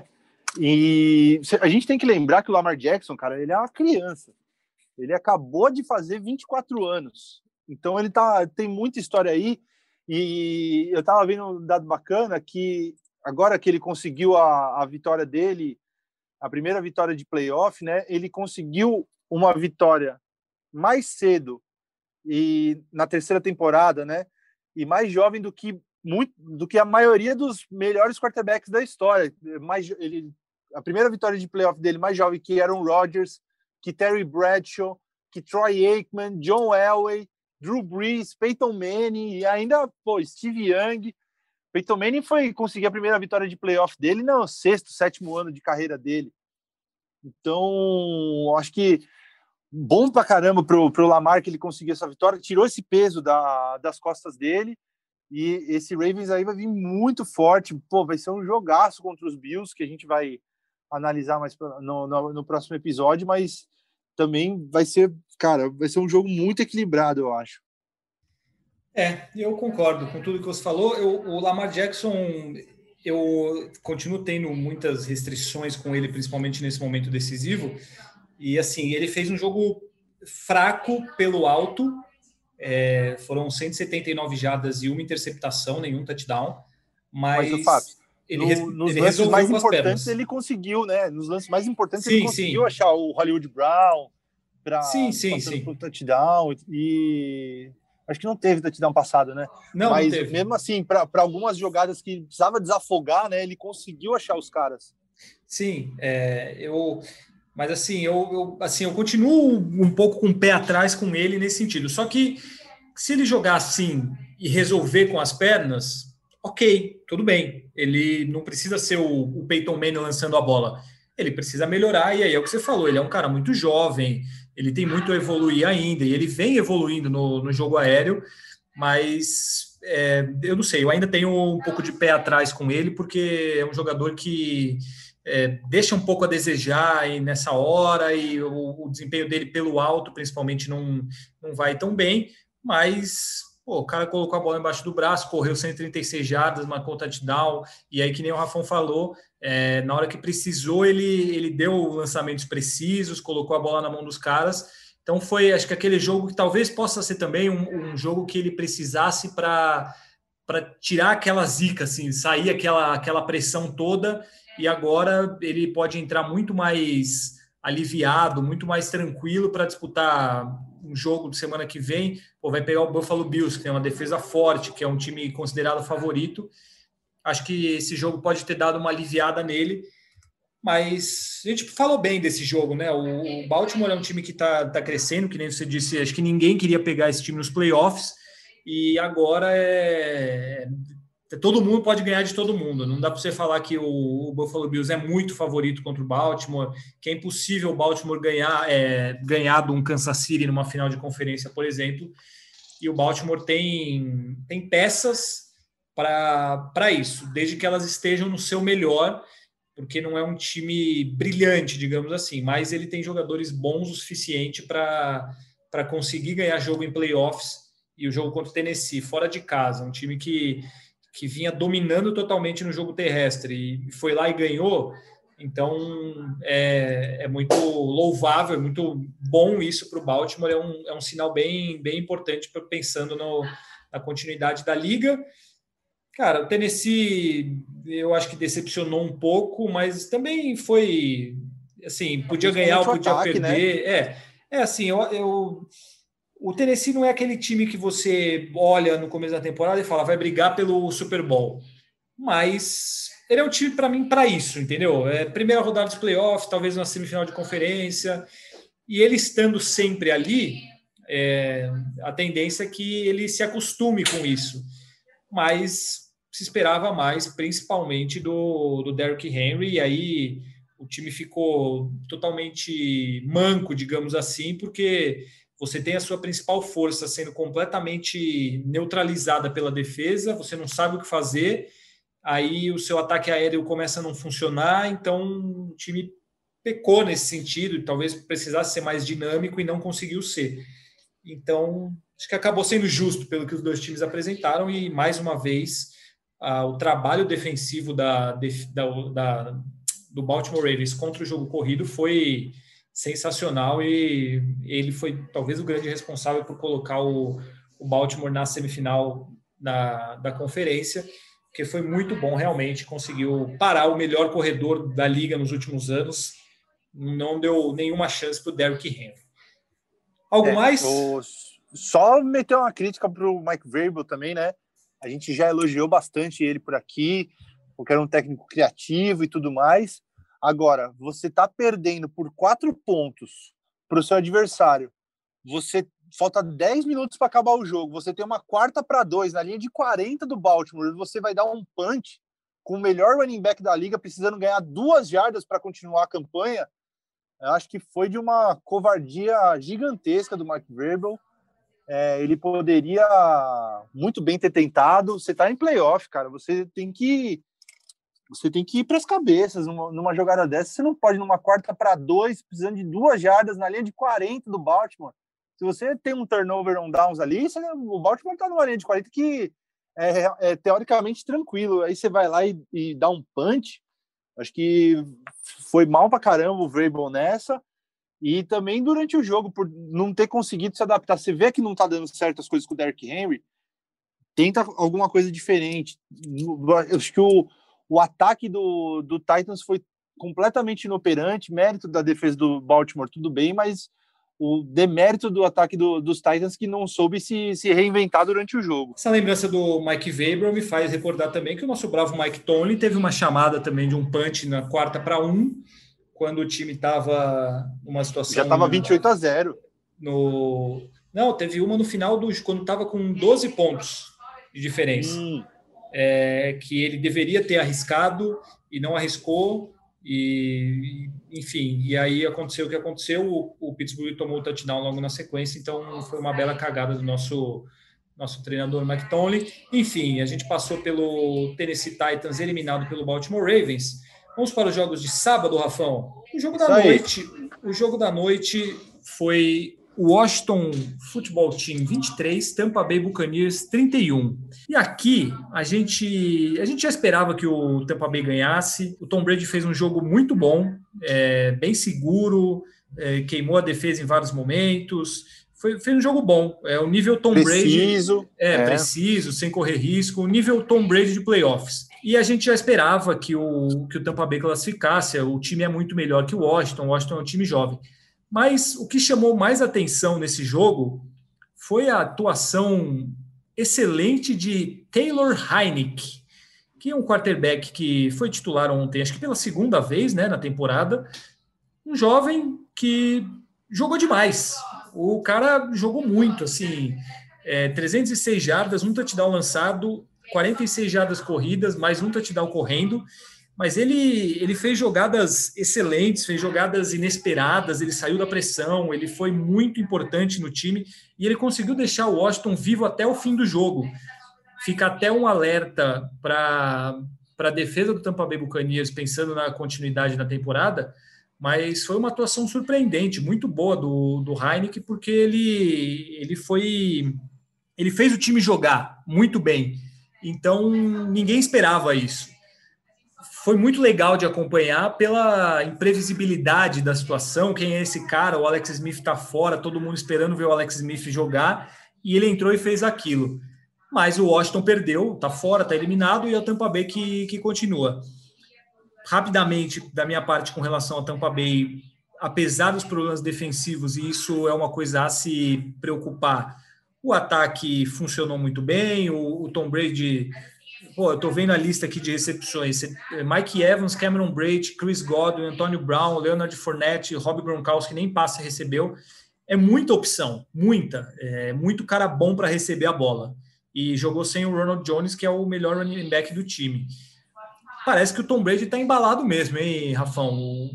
e a gente tem que lembrar que o Lamar Jackson, cara, ele é uma criança, ele acabou de fazer vinte e quatro anos, então ele tá, tem muita história aí, e eu tava vendo um dado bacana que agora que ele conseguiu a, a vitória dele, a primeira vitória de playoff, né, ele conseguiu uma vitória mais cedo e na terceira temporada, né, e mais jovem do que muito do que a maioria dos melhores quarterbacks da história. Mais ele, a primeira vitória de playoff dele mais jovem que Aaron Rodgers, que Terry Bradshaw, que Troy Aikman, John Elway, Drew Brees, Peyton Manning e ainda pô, Steve Young. Peyton Manning foi conseguir a primeira vitória de playoff dele no sexto, sétimo ano de carreira dele. Então, acho que bom pra caramba pro, pro Lamar que ele conseguiu essa vitória, tirou esse peso da, das costas dele, e esse Ravens aí vai vir muito forte. Pô, vai ser um jogaço contra os Bills, que a gente vai analisar mais no, no, no próximo episódio, mas também vai ser, cara, vai ser um jogo muito equilibrado, eu acho. É, eu concordo com tudo que você falou. Eu, o Lamar Jackson, eu continuo tendo muitas restrições com ele, principalmente nesse momento decisivo. E assim, ele fez um jogo fraco pelo alto. É, foram cento e setenta e nove jardas e uma interceptação, nenhum touchdown. Mas, mas Fábio, ele, no, nos ele lances mais com importantes ele conseguiu, né? Nos lances mais importantes sim, ele conseguiu sim. achar o Hollywood Brown para sim, sim, sim. pro touchdown e acho que não teve touchdown passado, né? Não, mas não teve. Mesmo assim, para algumas jogadas que precisava desafogar, né? Ele conseguiu achar os caras. Sim, é, eu, mas assim eu, eu, assim, eu continuo um pouco com o pé atrás com ele nesse sentido. Só que se ele jogar assim e resolver com as pernas, ok, tudo bem. Ele não precisa ser o, o Peyton Manning lançando a bola. Ele precisa melhorar, e aí é o que você falou, ele é um cara muito jovem, ele tem muito a evoluir ainda, e ele vem evoluindo no, no jogo aéreo, mas é, eu não sei, eu ainda tenho um pouco de pé atrás com ele, porque é um jogador que é, deixa um pouco a desejar nessa hora, e o, o desempenho dele pelo alto, principalmente, não, não vai tão bem, mas pô, o cara colocou a bola embaixo do braço, correu cento e trinta e seis jardas, marcou touchdown, e aí, que nem o Rafão falou, é, na hora que precisou, ele, ele deu lançamentos precisos, colocou a bola na mão dos caras. Então foi, acho que aquele jogo que talvez possa ser também um, um jogo que ele precisasse para para tirar aquela zica, assim, sair aquela, aquela pressão toda, e agora ele pode entrar muito mais aliviado, muito mais tranquilo para disputar um jogo de semana que vem. Pô, vai pegar o Buffalo Bills, que tem uma defesa forte, que é um time considerado favorito. Acho que esse jogo pode ter dado uma aliviada nele, mas a gente falou bem desse jogo, né? O Baltimore é um time que está tá crescendo, que nem você disse, acho que ninguém queria pegar esse time nos playoffs, e agora é... todo mundo pode ganhar de todo mundo. Não dá para você falar que o, o Buffalo Bills é muito favorito contra o Baltimore, que é impossível o Baltimore ganhar, é, ganhar de um Kansas City numa final de conferência, por exemplo, e o Baltimore tem, tem peças para isso, desde que elas estejam no seu melhor, porque não é um time brilhante, digamos assim, mas ele tem jogadores bons o suficiente para conseguir ganhar jogo em playoffs, e o jogo contra o Tennessee, fora de casa, um time que, que vinha dominando totalmente no jogo terrestre, e foi lá e ganhou. Então é, é muito louvável, é muito bom isso para o Baltimore, é um, é um sinal bem, bem importante pra, pensando no, na continuidade da liga. Cara, o Tennessee, eu acho que decepcionou um pouco, mas também foi, assim, podia ganhar ou podia ataque, perder. Né? É, é assim, eu, eu, o Tennessee não é aquele time que você olha no começo da temporada e fala, vai brigar pelo Super Bowl. Mas ele é um time, para mim, para isso, entendeu? É primeira rodada dos playoffs, talvez uma semifinal de conferência, e ele estando sempre ali, é, a tendência é que ele se acostume com isso. Mas se esperava mais, principalmente do, do Derrick Henry, e aí o time ficou totalmente manco, digamos assim, porque você tem a sua principal força sendo completamente neutralizada pela defesa, você não sabe o que fazer, aí o seu ataque aéreo começa a não funcionar, então o time pecou nesse sentido, talvez precisasse ser mais dinâmico e não conseguiu ser. Então, acho que acabou sendo justo pelo que os dois times apresentaram e, mais uma vez, ah, o trabalho defensivo da, da, da, do Baltimore Ravens contra o jogo corrido foi sensacional e ele foi talvez o grande responsável por colocar o, o Baltimore na semifinal da, da conferência, porque foi muito bom, realmente, conseguiu parar o melhor corredor da liga nos últimos anos, não deu nenhuma chance para o Derrick Henry. Algo é, mais? O... Só meter uma crítica para o Mike Vrabel também, né? A gente já elogiou bastante ele por aqui, porque era um técnico criativo e tudo mais. Agora, você tá perdendo por quatro pontos para o seu adversário. Você falta dez minutos para acabar o jogo. Você tem uma quarta para dois na linha de quarenta do Baltimore. Você vai dar um punch com o melhor running back da liga, precisando ganhar duas jardas para continuar a campanha. Eu acho que foi de uma covardia gigantesca do Mike Vrabel. É, ele poderia muito bem ter tentado. Você tá em playoff, cara. Você tem que você tem que ir para as cabeças numa, numa jogada dessa. Você não pode numa quarta para dois, precisando de duas jardas na linha de quarenta do Baltimore. Se você tem um turnover on downs ali, você, o Baltimore tá numa linha de quarenta que é, é teoricamente tranquilo. Aí você vai lá e, e dá um punch. Acho que foi mal pra caramba o Vrabel nessa. E também durante o jogo, por não ter conseguido se adaptar. Você vê que não tá dando certo as coisas com o Derrick Henry, tenta alguma coisa diferente. Eu acho que o, o ataque do, do Titans foi completamente inoperante, mérito da defesa do Baltimore, tudo bem, mas o demérito do ataque do, dos Titans que não soube se, se reinventar durante o jogo. Essa lembrança do Mike Vrabel me faz recordar também que o nosso bravo Mike Tomlin teve uma chamada também de um punch na quarta para um, quando o time estava numa situação... Já estava vinte e oito a zero. No... Não, teve uma no final, do quando estava com doze pontos de diferença. Hum. É, que ele deveria ter arriscado e não arriscou. E, enfim, e aí aconteceu o que aconteceu, o, o Pittsburgh tomou o touchdown logo na sequência, então foi uma bela cagada do nosso, nosso treinador Mike Tomlin. Enfim, a gente passou pelo Tennessee Titans eliminado pelo Baltimore Ravens. Vamos para os jogos de sábado, Rafão. O jogo da noite, o jogo da noite foi o Washington Football Team vinte e três, Tampa Bay Buccaneers trinta e um. E aqui a gente, a gente já esperava que o Tampa Bay ganhasse. O Tom Brady fez um jogo muito bom, é, bem seguro, é, queimou a defesa em vários momentos. Foi, foi um jogo bom. É o nível Tom preciso, Brady. É, é, preciso, sem correr risco. O nível Tom Brady de playoffs. E a gente já esperava que o, que o Tampa Bay classificasse. O time é muito melhor que o Washington. O Washington é um time jovem. Mas o que chamou mais atenção nesse jogo foi a atuação excelente de Taylor Heinicke, que é um quarterback que foi titular ontem, acho que pela segunda vez, né, na temporada. Um jovem que jogou demais. O cara jogou muito, assim, é, trezentas e seis jardas, um touchdown lançado, quarenta e seis jardas corridas, mais um touchdown correndo. Mas ele, ele fez jogadas excelentes, fez jogadas inesperadas, ele saiu da pressão, ele foi muito importante no time e ele conseguiu deixar o Washington vivo até o fim do jogo. Fica até um alerta para a defesa do Tampa Bay Buccaneers, pensando na continuidade da temporada, mas foi uma atuação surpreendente, muito boa do, do Heinicke, porque ele, ele, foi, ele fez o time jogar muito bem. Então, ninguém esperava isso. Foi muito legal de acompanhar pela imprevisibilidade da situação. Quem é esse cara? O Alex Smith está fora, todo mundo esperando ver o Alex Smith jogar, e ele entrou e fez aquilo. Mas o Washington perdeu, está fora, está eliminado, e é o Tampa Bay que, que continua. Rapidamente, da minha parte, com relação ao Tampa Bay, apesar dos problemas defensivos, e isso é uma coisa a se preocupar, o ataque funcionou muito bem, o, o Tom Brady... Pô, eu tô vendo a lista aqui de recepções. Mike Evans, Cameron Brate, Chris Godwin, Antonio Brown, Leonard Fournette, Rob Gronkowski, nem passe recebeu. É muita opção, muita. É muito cara bom para receber a bola. E jogou sem o Ronald Jones, que é o melhor running back do time. Parece que o Tom Brady tá embalado mesmo, hein, Rafão?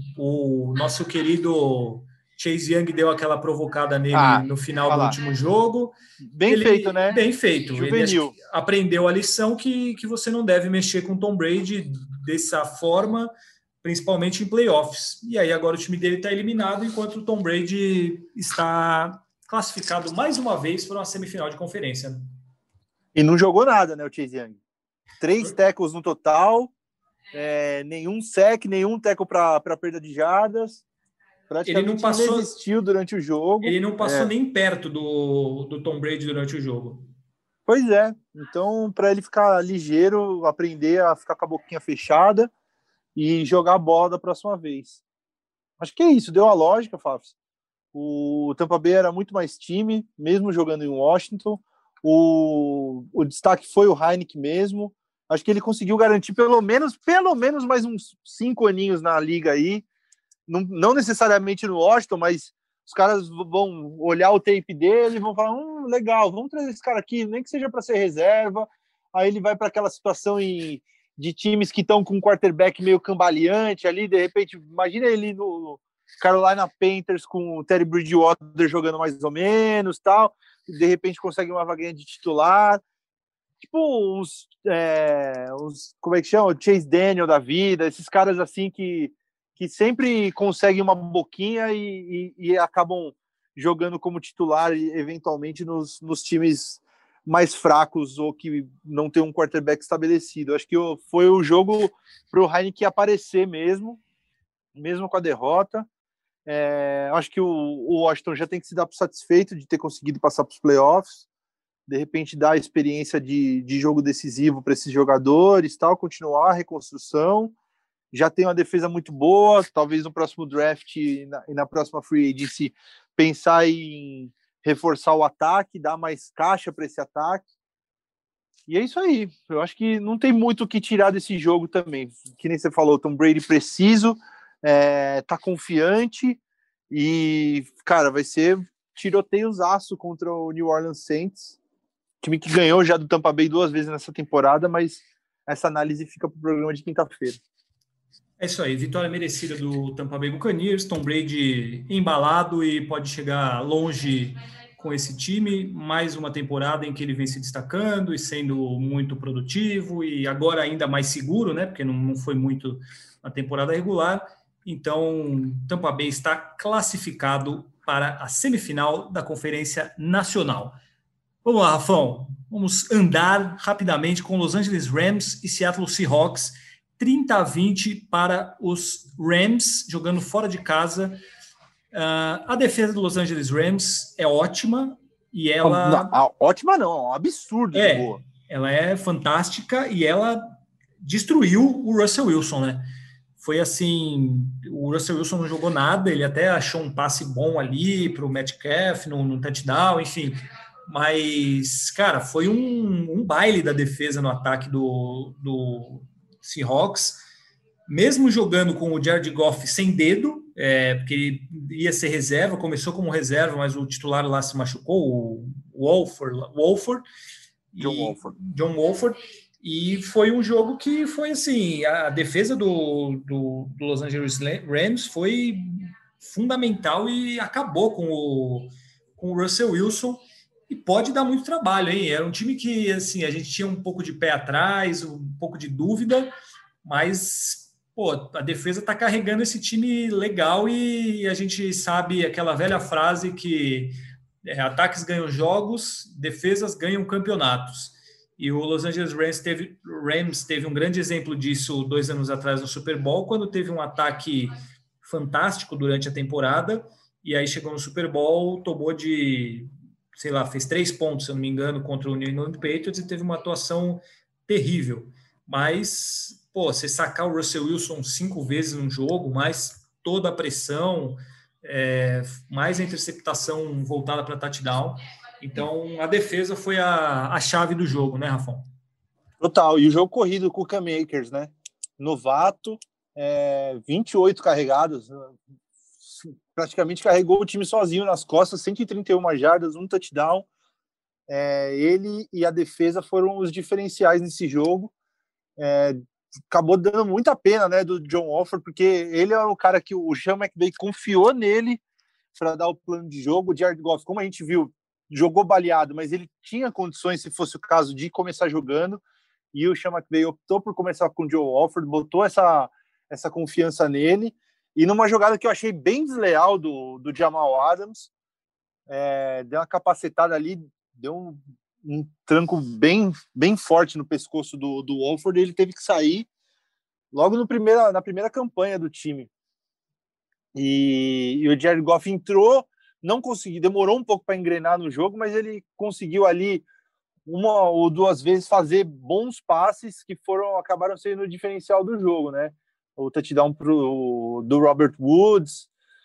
O, o nosso querido Chase Young deu aquela provocada nele ah, no final do último jogo. Bem ele, feito, né? Bem feito. Juvenil. Ele aprendeu a lição que, que você não deve mexer com o Tom Brady dessa forma, principalmente em playoffs. E aí agora o time dele está eliminado, enquanto o Tom Brady está classificado mais uma vez para uma semifinal de conferência. E não jogou nada, né, o Chase Young? Três tackles no total, é, nenhum sec, nenhum tackle para perda de jardas. Praticamente ele não passou, existiu durante o jogo. Ele não passou é. nem perto do, do Tom Brady durante o jogo. Pois é. Então, para ele ficar ligeiro, aprender a ficar com a boquinha fechada e jogar a bola da próxima vez. Acho que é isso, deu a lógica, Fábio. O Tampa Bay era muito mais time, mesmo jogando em Washington. O, o destaque foi o Heinicke mesmo. Acho que ele conseguiu garantir pelo menos, pelo menos mais uns cinco aninhos na liga aí. Não, não necessariamente no Washington, mas os caras vão olhar o tape dele e vão falar, hum, legal, vamos trazer esse cara aqui, nem que seja para ser reserva. Aí ele vai para aquela situação em, de times que estão com um quarterback meio cambaleante ali, de repente, imagina ele no Carolina Panthers com o Teddy Bridgewater jogando mais ou menos, tal, e de repente consegue uma vaguinha de titular. Tipo uns, é, uns como é que chama? O Chase Daniel da vida, esses caras assim que que sempre conseguem uma boquinha e, e, e acabam jogando como titular eventualmente nos, nos times mais fracos ou que não tem um quarterback estabelecido. Acho que foi o jogo para o Heinicke aparecer mesmo, mesmo com a derrota. É, acho que o, o Washington já tem que se dar por satisfeito de ter conseguido passar para os playoffs, de repente dar a experiência de, de jogo decisivo para esses jogadores, tal, continuar a reconstrução. Já tem uma defesa muito boa, talvez no próximo draft e na, e na próxima free agency pensar em reforçar o ataque, dar mais caixa para esse ataque. E é isso aí. Eu acho que não tem muito o que tirar desse jogo também. Que nem você falou, Tom Brady preciso, é, tá confiante e, cara, vai ser tiroteiozaço contra o New Orleans Saints, time que ganhou já do Tampa Bay duas vezes nessa temporada, mas essa análise fica para o programa de quinta-feira. É isso aí, vitória merecida do Tampa Bay Buccaneers, Tom Brady embalado e pode chegar longe com esse time, mais uma temporada em que ele vem se destacando e sendo muito produtivo e agora ainda mais seguro, né, porque não, não foi muito na temporada regular, então Tampa Bay está classificado para a semifinal da Conferência Nacional. Vamos lá, Rafão, vamos andar rapidamente com Los Angeles Rams e Seattle Seahawks, trinta a vinte para os Rams, jogando fora de casa. Uh, a defesa do Los Angeles Rams é ótima e ela... Não, ótima não, é um absurdo é, de boa. Ela é fantástica e ela destruiu o Russell Wilson, né? Foi assim, o Russell Wilson não jogou nada, ele até achou um passe bom ali para o Metcalf no, no touchdown, enfim. Mas, cara, foi um, um baile da defesa no ataque do... do Seahawks, mesmo jogando com o Jared Goff sem dedo, é, porque ele ia ser reserva, começou como reserva, mas o titular lá se machucou, o Wolford, Wolford John Wolford. John Wolford, e foi um jogo que foi assim, a defesa do, do, do Los Angeles Rams foi fundamental e acabou com o, com o Russell Wilson. E pode dar muito trabalho, hein? Era um time que, assim, a gente tinha um pouco de pé atrás, um pouco de dúvida, mas, pô, a defesa está carregando esse time legal e a gente sabe aquela velha frase que é, ataques ganham jogos, defesas ganham campeonatos. E o Los Angeles Rams teve, Rams teve um grande exemplo disso dois anos atrás no Super Bowl, quando teve um ataque fantástico durante a temporada, e aí chegou no Super Bowl, tomou de... sei lá, fez três pontos, se eu não me engano, contra o New England Patriots e teve uma atuação terrível. Mas, pô, você sacar o Russell Wilson cinco vezes num jogo, mais toda a pressão, é, mais a interceptação voltada para touchdown. Então, a defesa foi a, a chave do jogo, né, Rafão? Total. E o jogo corrido com o Cam Akers, né? Novato, é, vinte e oito carregados, praticamente carregou o time sozinho nas costas, cento e trinta e uma jardas, um touchdown. É, ele e a defesa foram os diferenciais nesse jogo. É, acabou dando muita pena, né, do John Wolford, porque ele é o cara que o Sean McVay confiou nele para dar o plano de jogo. O Jared Goff, como a gente viu, jogou baleado, mas ele tinha condições, se fosse o caso, de começar jogando, e o Sean McVay optou por começar com o John Wolford, botou essa, essa confiança nele. E numa jogada que eu achei bem desleal do, do Jamal Adams, é, deu uma capacetada ali, deu um, um tranco bem, bem forte no pescoço do, do Wolford, e ele teve que sair logo no primeira, na primeira campanha do time. E, e o Jared Goff entrou, não conseguiu, demorou um pouco para engrenar no jogo, mas ele conseguiu ali uma ou duas vezes fazer bons passes que foram acabaram sendo o diferencial do jogo, né? O touchdown pro, do Robert Woods.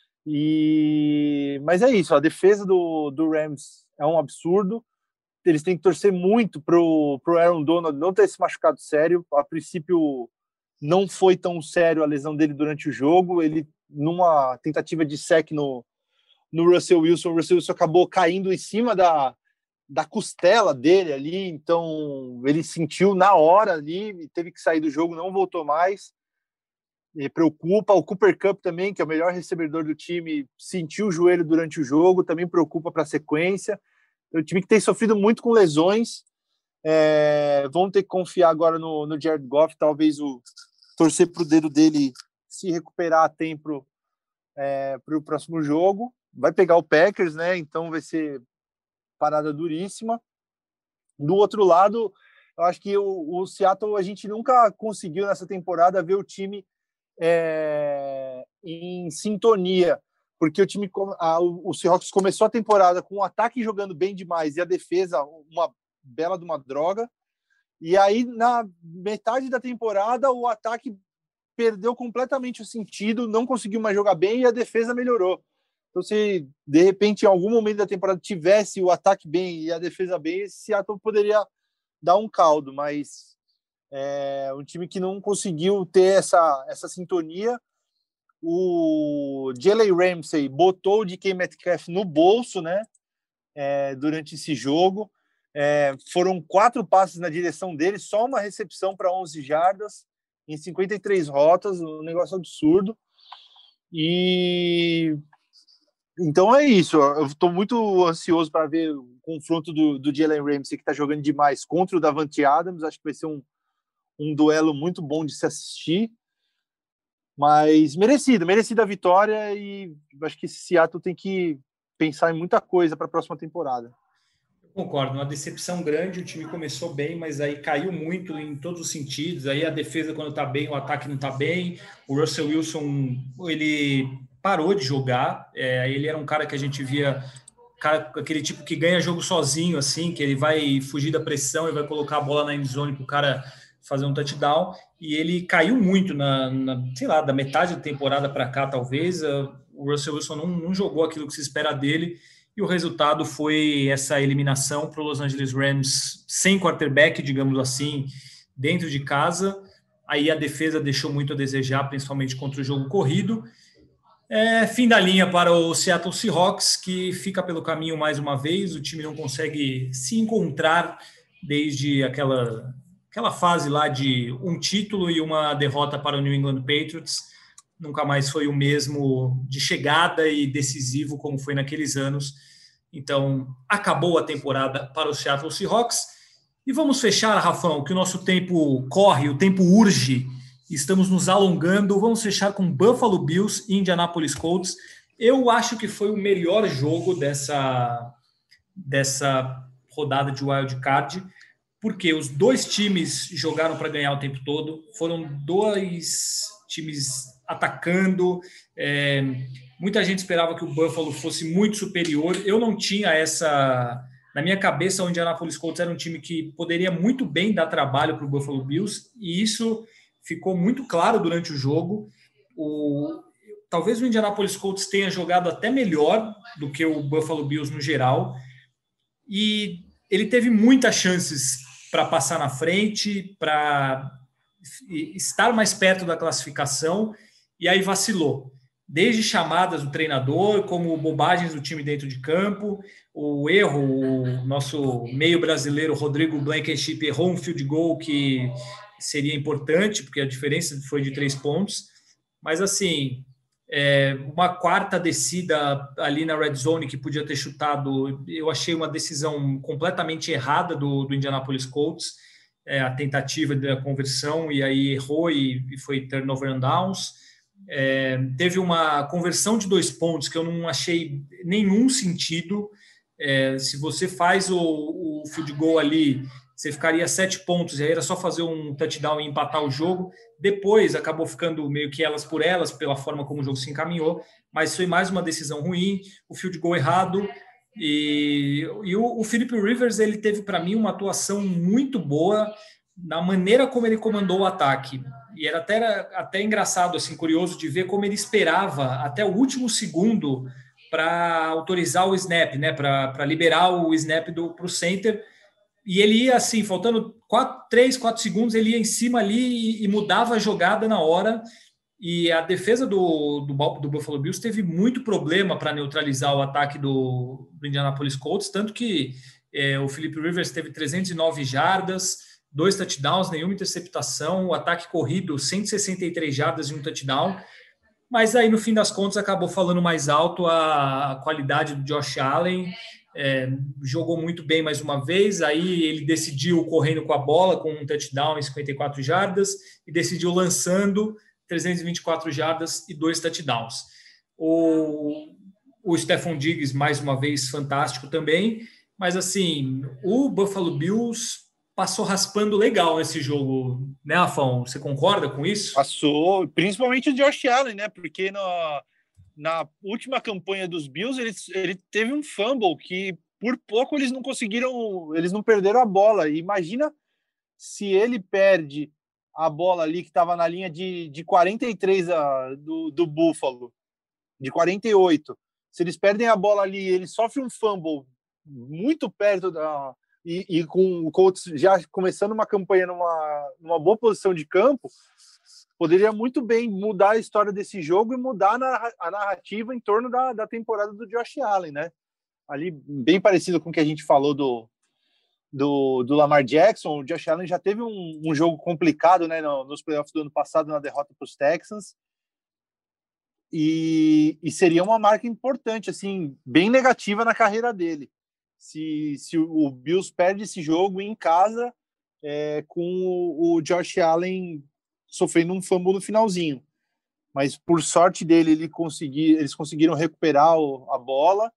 E mas é isso, a defesa do, do Rams é um absurdo. Eles têm que torcer muito pro, pro Aaron Donald não ter se machucado sério. A princípio não foi tão sério a lesão dele durante o jogo. Ele, numa tentativa de sec no, no Russell Wilson, o Russell Wilson acabou caindo em cima da, da costela dele ali, então ele sentiu na hora ali, teve que sair do jogo, não voltou mais. E preocupa. O Cooper Kupp também, que é o melhor recebedor do time, sentiu o joelho durante o jogo, também preocupa para a sequência. É um time que tem sofrido muito com lesões. É, vão ter que confiar agora no, no Jared Goff, talvez o torcer para o dedo dele se recuperar a tempo é, para o próximo jogo. Vai pegar o Packers, né? Então vai ser parada duríssima. Do outro lado, eu acho que o, o Seattle, a gente nunca conseguiu nessa temporada ver o time é, em sintonia, porque o time, a, o Seahawks começou a temporada com o ataque jogando bem demais e a defesa uma bela de uma droga, e aí na metade da temporada o ataque perdeu completamente o sentido, não conseguiu mais jogar bem e a defesa melhorou. Então, se de repente em algum momento da temporada tivesse o ataque bem e a defesa bem, esse Seattle poderia dar um caldo, mas é um time que não conseguiu ter essa, essa sintonia. O Jalen Ramsey botou o D K Metcalf no bolso, né, é, durante esse jogo. É, foram quatro passes na direção dele, só uma recepção para onze jardas em cinquenta e três rotas, um negócio absurdo. E então é isso. Eu estou muito ansioso para ver o confronto do, do Jalen Ramsey, que está jogando demais, contra o Davante Adams. Acho que vai ser um, um duelo muito bom de se assistir. Mas merecido, merecida a vitória, e acho que esse Seattle tem que pensar em muita coisa para a próxima temporada. Concordo, uma decepção grande. O time começou bem, mas aí caiu muito em todos os sentidos. Aí a defesa, quando está bem, o ataque não está bem. O Russell Wilson, ele parou de jogar. É, ele era um cara que a gente via, cara, aquele tipo que ganha jogo sozinho, assim, que ele vai fugir da pressão e vai colocar a bola na endzone para o cara fazer um touchdown. E ele caiu muito na, na sei lá, da metade da temporada para cá, talvez. O Russell Wilson não, não jogou aquilo que se espera dele. E o resultado foi essa eliminação para o Los Angeles Rams sem quarterback, digamos assim, dentro de casa. Aí a defesa deixou muito a desejar, principalmente contra o jogo corrido. É, fim da linha para o Seattle Seahawks, que fica pelo caminho mais uma vez. O time não consegue se encontrar desde aquela, aquela fase lá de um título e uma derrota para o New England Patriots. Nunca mais foi o mesmo de chegada e decisivo como foi naqueles anos. Então, acabou a temporada para o Seattle Seahawks. E vamos fechar, Rafão, que o nosso tempo corre, o tempo urge, estamos nos alongando. Vamos fechar com Buffalo Bills e Indianapolis Colts. Eu acho que foi o melhor jogo dessa, dessa rodada de Wild Card, porque os dois times jogaram para ganhar o tempo todo. Foram dois times atacando, é, muita gente esperava que o Buffalo fosse muito superior. Eu não tinha essa... Na minha cabeça, o Indianapolis Colts era um time que poderia muito bem dar trabalho para o Buffalo Bills, e isso ficou muito claro durante o jogo. O, talvez o Indianapolis Colts tenha jogado até melhor do que o Buffalo Bills no geral, e ele teve muitas chances para passar na frente, para estar mais perto da classificação, e aí vacilou. Desde chamadas do treinador, como bobagens do time dentro de campo, o erro, o nosso meio brasileiro Rodrigo Blankenship errou um field goal que seria importante, porque a diferença foi de três pontos, mas assim, é, uma quarta descida ali na red zone que podia ter chutado, eu achei uma decisão completamente errada do, do Indianapolis Colts, é, a tentativa da conversão, e aí errou e, e foi turnover and downs. É, teve uma conversão de dois pontos que eu não achei nenhum sentido. É, se você faz o, o field goal ali, você ficaria sete pontos, e aí era só fazer um touchdown e empatar o jogo. Depois acabou ficando meio que elas por elas, pela forma como o jogo se encaminhou, mas foi mais uma decisão ruim, o field goal errado. E, e o, o Philip Rivers, ele teve para mim uma atuação muito boa na maneira como ele comandou o ataque. E era até, até engraçado, assim, curioso de ver como ele esperava até o último segundo para autorizar o snap, né, para liberar o snap para o center. E ele ia assim, faltando quatro, três, quatro segundos, ele ia em cima ali e, e mudava a jogada na hora. E a defesa do, do, do Buffalo Bills teve muito problema para neutralizar o ataque do, do Indianapolis Colts, tanto que é, o Philip Rivers teve trezentas e nove jardas, dois touchdowns, nenhuma interceptação, o ataque corrido, cento e sessenta e três jardas e um touchdown. Mas aí, no fim das contas, acabou falando mais alto a, a qualidade do Josh Allen. É, jogou muito bem mais uma vez, aí ele decidiu correndo com a bola, com um touchdown em cinquenta e quatro jardas, e decidiu lançando trezentas e vinte e quatro jardas e dois touchdowns. O, o Stephon Diggs, mais uma vez, fantástico também, mas assim, o Buffalo Bills passou raspando legal nesse jogo, né, Afão? Você concorda com isso? Passou, principalmente o Josh Allen, né? Porque no, na última campanha dos Bills, ele, ele teve um fumble que por pouco eles não conseguiram, eles não perderam a bola. Imagina se ele perde a bola ali que estava na linha de, de quarenta e três a, do, do Buffalo, de quarenta e oito. Se eles perdem a bola ali, ele sofre um fumble muito perto da... E, e com o Colts já começando uma campanha numa, numa boa posição de campo, poderia muito bem mudar a história desse jogo e mudar a narrativa em torno da, da temporada do Josh Allen, né? Ali, bem parecido com o que a gente falou do, do, do Lamar Jackson, o Josh Allen já teve um, um jogo complicado, né, nos playoffs do ano passado, na derrota para os Texans, e, e seria uma marca importante, assim, bem negativa na carreira dele. Se, se o Bills perde esse jogo em casa, é, com o, o Josh Allen sofrendo um fumble no finalzinho. Mas, por sorte dele, ele consegui, eles conseguiram recuperar o, a bola.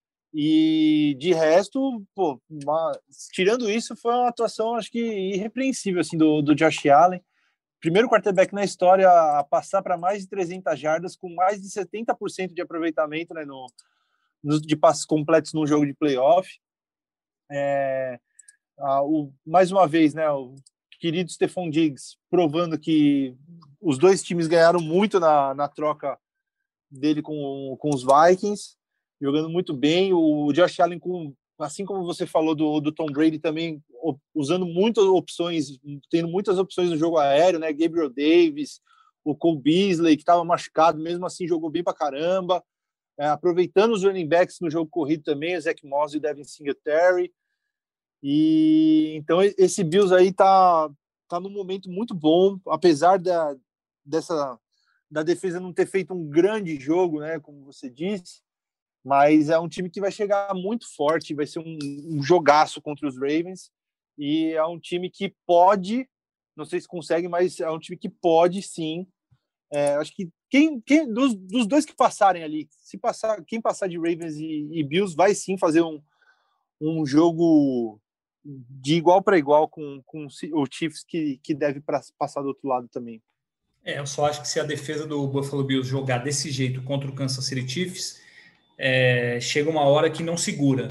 E, de resto, pô, uma, tirando isso, foi uma atuação, acho que, irrepreensível assim, do, do Josh Allen. Primeiro quarterback na história a passar para mais de trezentas jardas, com mais de setenta por cento de aproveitamento, né, no de passes completos num jogo de playoff. É, a, o, mais uma vez, né, o querido Stephon Diggs provando que os dois times ganharam muito na, na troca dele com, com os Vikings, jogando muito bem. O Josh Allen, com, assim como você falou do, do Tom Brady, também usando muitas opções, tendo muitas opções no jogo aéreo, né, Gabriel Davis, o Cole Beasley, que estava machucado, mesmo assim jogou bem pra caramba. É, aproveitando os running backs no jogo corrido também, o Zach Moss e o Devin Singletary. E então esse Bills aí tá, tá num momento muito bom, apesar da, dessa, da defesa não ter feito um grande jogo, né, como você disse, mas é um time que vai chegar muito forte, vai ser um, um jogaço contra os Ravens, e é um time que pode, não sei se consegue, mas é um time que pode sim. É, acho que quem, quem dos, dos dois que passarem ali, se passar, quem passar de Ravens e, e Bills vai sim fazer um, um jogo de igual para igual com, com o Chiefs, que, que deve pra, passar do outro lado também. É, eu só acho que se a defesa do Buffalo Bills jogar desse jeito contra o Kansas City Chiefs, é, chega uma hora que não segura.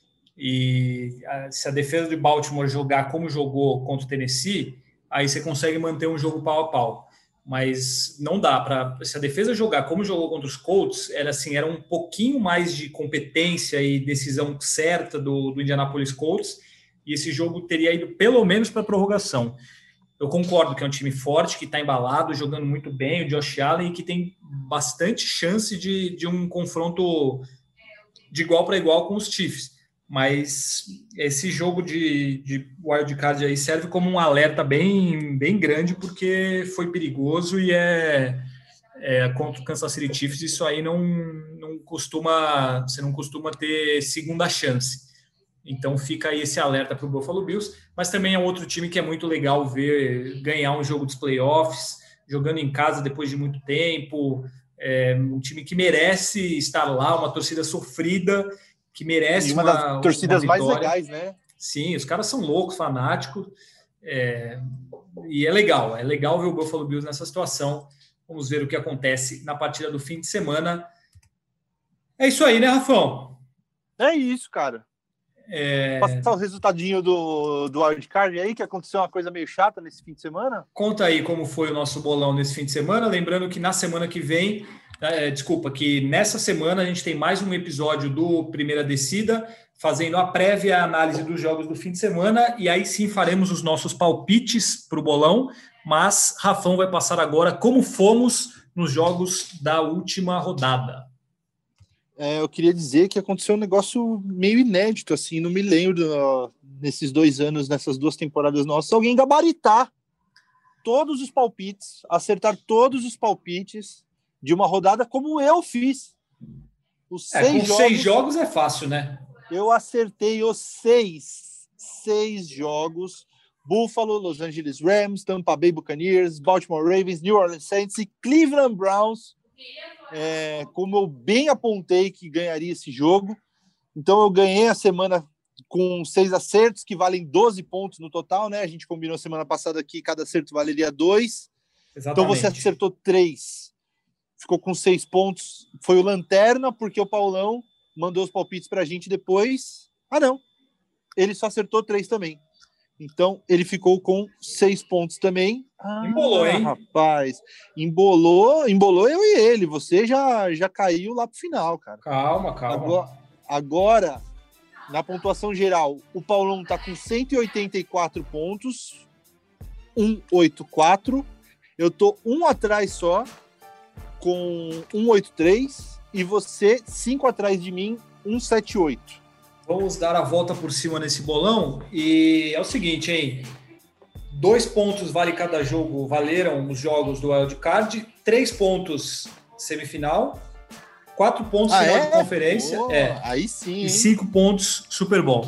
E a, se a defesa de Baltimore jogar como jogou contra o Tennessee, aí você consegue manter um jogo pau a pau. Mas não dá para, se a defesa jogar como jogou contra os Colts, era assim, era um pouquinho mais de competência e decisão certa do, do Indianapolis Colts, e esse jogo teria ido pelo menos para a prorrogação. Eu concordo que é um time forte, que está embalado, jogando muito bem, o Josh Allen, e que tem bastante chance de, de um confronto de igual para igual com os Chiefs. Mas esse jogo de, de wildcard aí serve como um alerta bem, bem grande, porque foi perigoso e é, é contra o Kansas City Chiefs, isso aí não, não costuma, você não costuma ter segunda chance. Então fica aí esse alerta para o Buffalo Bills, mas também é outro time que é muito legal ver ganhar um jogo dos playoffs. jogando em casa depois de muito tempo, é um time que merece estar lá, uma torcida sofrida, que merece e uma, uma das torcidas uma mais vitória. legais, né? Sim, os caras são loucos, fanáticos, é, e é legal, é legal ver o Buffalo Bills nessa situação. Vamos ver o que acontece na partida do fim de semana. É isso aí, né, Rafão? É isso, cara. É... Passar o resultadinho do, do wildcard aí, que aconteceu uma coisa meio chata nesse fim de semana. Conta aí como foi o nosso bolão nesse fim de semana. Lembrando que na semana que vem, é, desculpa, que nessa semana a gente tem mais um episódio do Primeira Descida, fazendo a prévia análise dos jogos do fim de semana, e aí sim faremos os nossos palpites para o bolão, mas Rafão vai passar agora como fomos nos jogos da última rodada. É, eu queria dizer que aconteceu um negócio meio inédito, assim, não me lembro ó, nesses dois anos, nessas duas temporadas nossas, alguém gabaritar todos os palpites, acertar todos os palpites de uma rodada como eu fiz. Os É, seis com jogos, seis jogos é fácil, né? Eu acertei os seis, seis jogos, Buffalo, Los Angeles Rams, Tampa Bay Buccaneers, Baltimore Ravens, New Orleans Saints e Cleveland Browns. É, como eu bem apontei que ganharia esse jogo, então eu ganhei a semana com seis acertos, que valem doze pontos no total, né? A gente combinou semana passada que cada acerto valeria dois. Exatamente. Então você acertou três, ficou com seis pontos. Foi o Lanterna, porque o Paulão mandou os palpites pra gente depois. Ah, não. Ele só acertou três também. Então, ele ficou com seis pontos também. Ah, embolou, hein? Rapaz, embolou, embolou eu e ele. Você já, já caiu lá pro final, cara. Calma, calma. Agora, agora, na pontuação geral, o Paulão tá com cento e oitenta e quatro pontos. cento e oitenta e quatro. Eu tô um atrás só, com cento e oitenta e três. E você, cinco atrás de mim, cento e setenta e oito. Vamos dar a volta por cima nesse bolão. E é o seguinte, hein? Dois pontos vale cada jogo, valeram os jogos do wildcard. Três pontos semifinal. Quatro pontos ah, final é? de conferência. Pô, é. Aí sim, hein? E cinco pontos Super Bowl.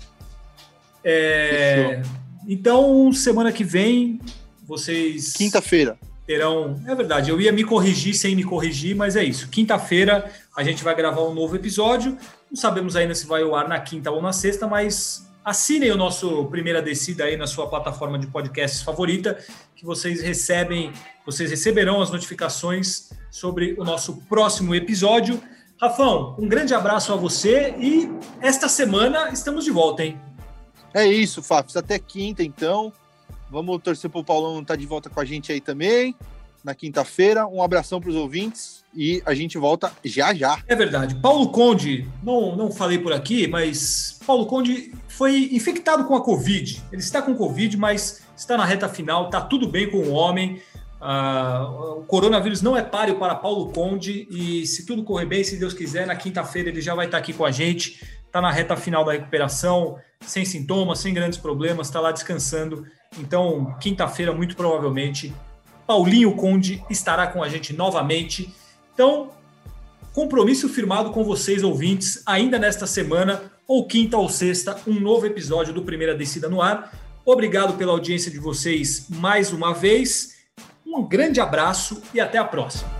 É, então, semana que vem, vocês... Quinta-feira. Terão... É verdade, eu ia me corrigir sem me corrigir, mas é isso. Quinta-feira a gente vai gravar um novo episódio. Não sabemos ainda se vai ao ar na quinta ou na sexta, mas assinem o nosso Primeira Descida aí na sua plataforma de podcasts favorita, que vocês recebem, vocês receberão as notificações sobre o nosso próximo episódio. Rafão, um grande abraço a você e esta semana estamos de volta, hein? É isso, Fafs. Até quinta, então. Vamos torcer para o Paulão estar de volta com a gente aí também, na quinta-feira. Um abração para os ouvintes e a gente volta já já. É verdade. Paulo Conde, não, não falei por aqui, mas Paulo Conde foi infectado com a Covid. Ele está com Covid, mas está na reta final, está tudo bem com o homem. Uh, o coronavírus não é páreo para Paulo Conde e se tudo correr bem, se Deus quiser, na quinta-feira ele já vai estar aqui com a gente. Está na reta final da recuperação, sem sintomas, sem grandes problemas, está lá descansando. Então, quinta-feira, muito provavelmente, Paulinho Conde estará com a gente novamente. Então, compromisso firmado com vocês, ouvintes, ainda nesta semana, ou quinta ou sexta, um novo episódio do Primeira Descida no ar. Obrigado pela audiência de vocês mais uma vez. Um grande abraço e até a próxima.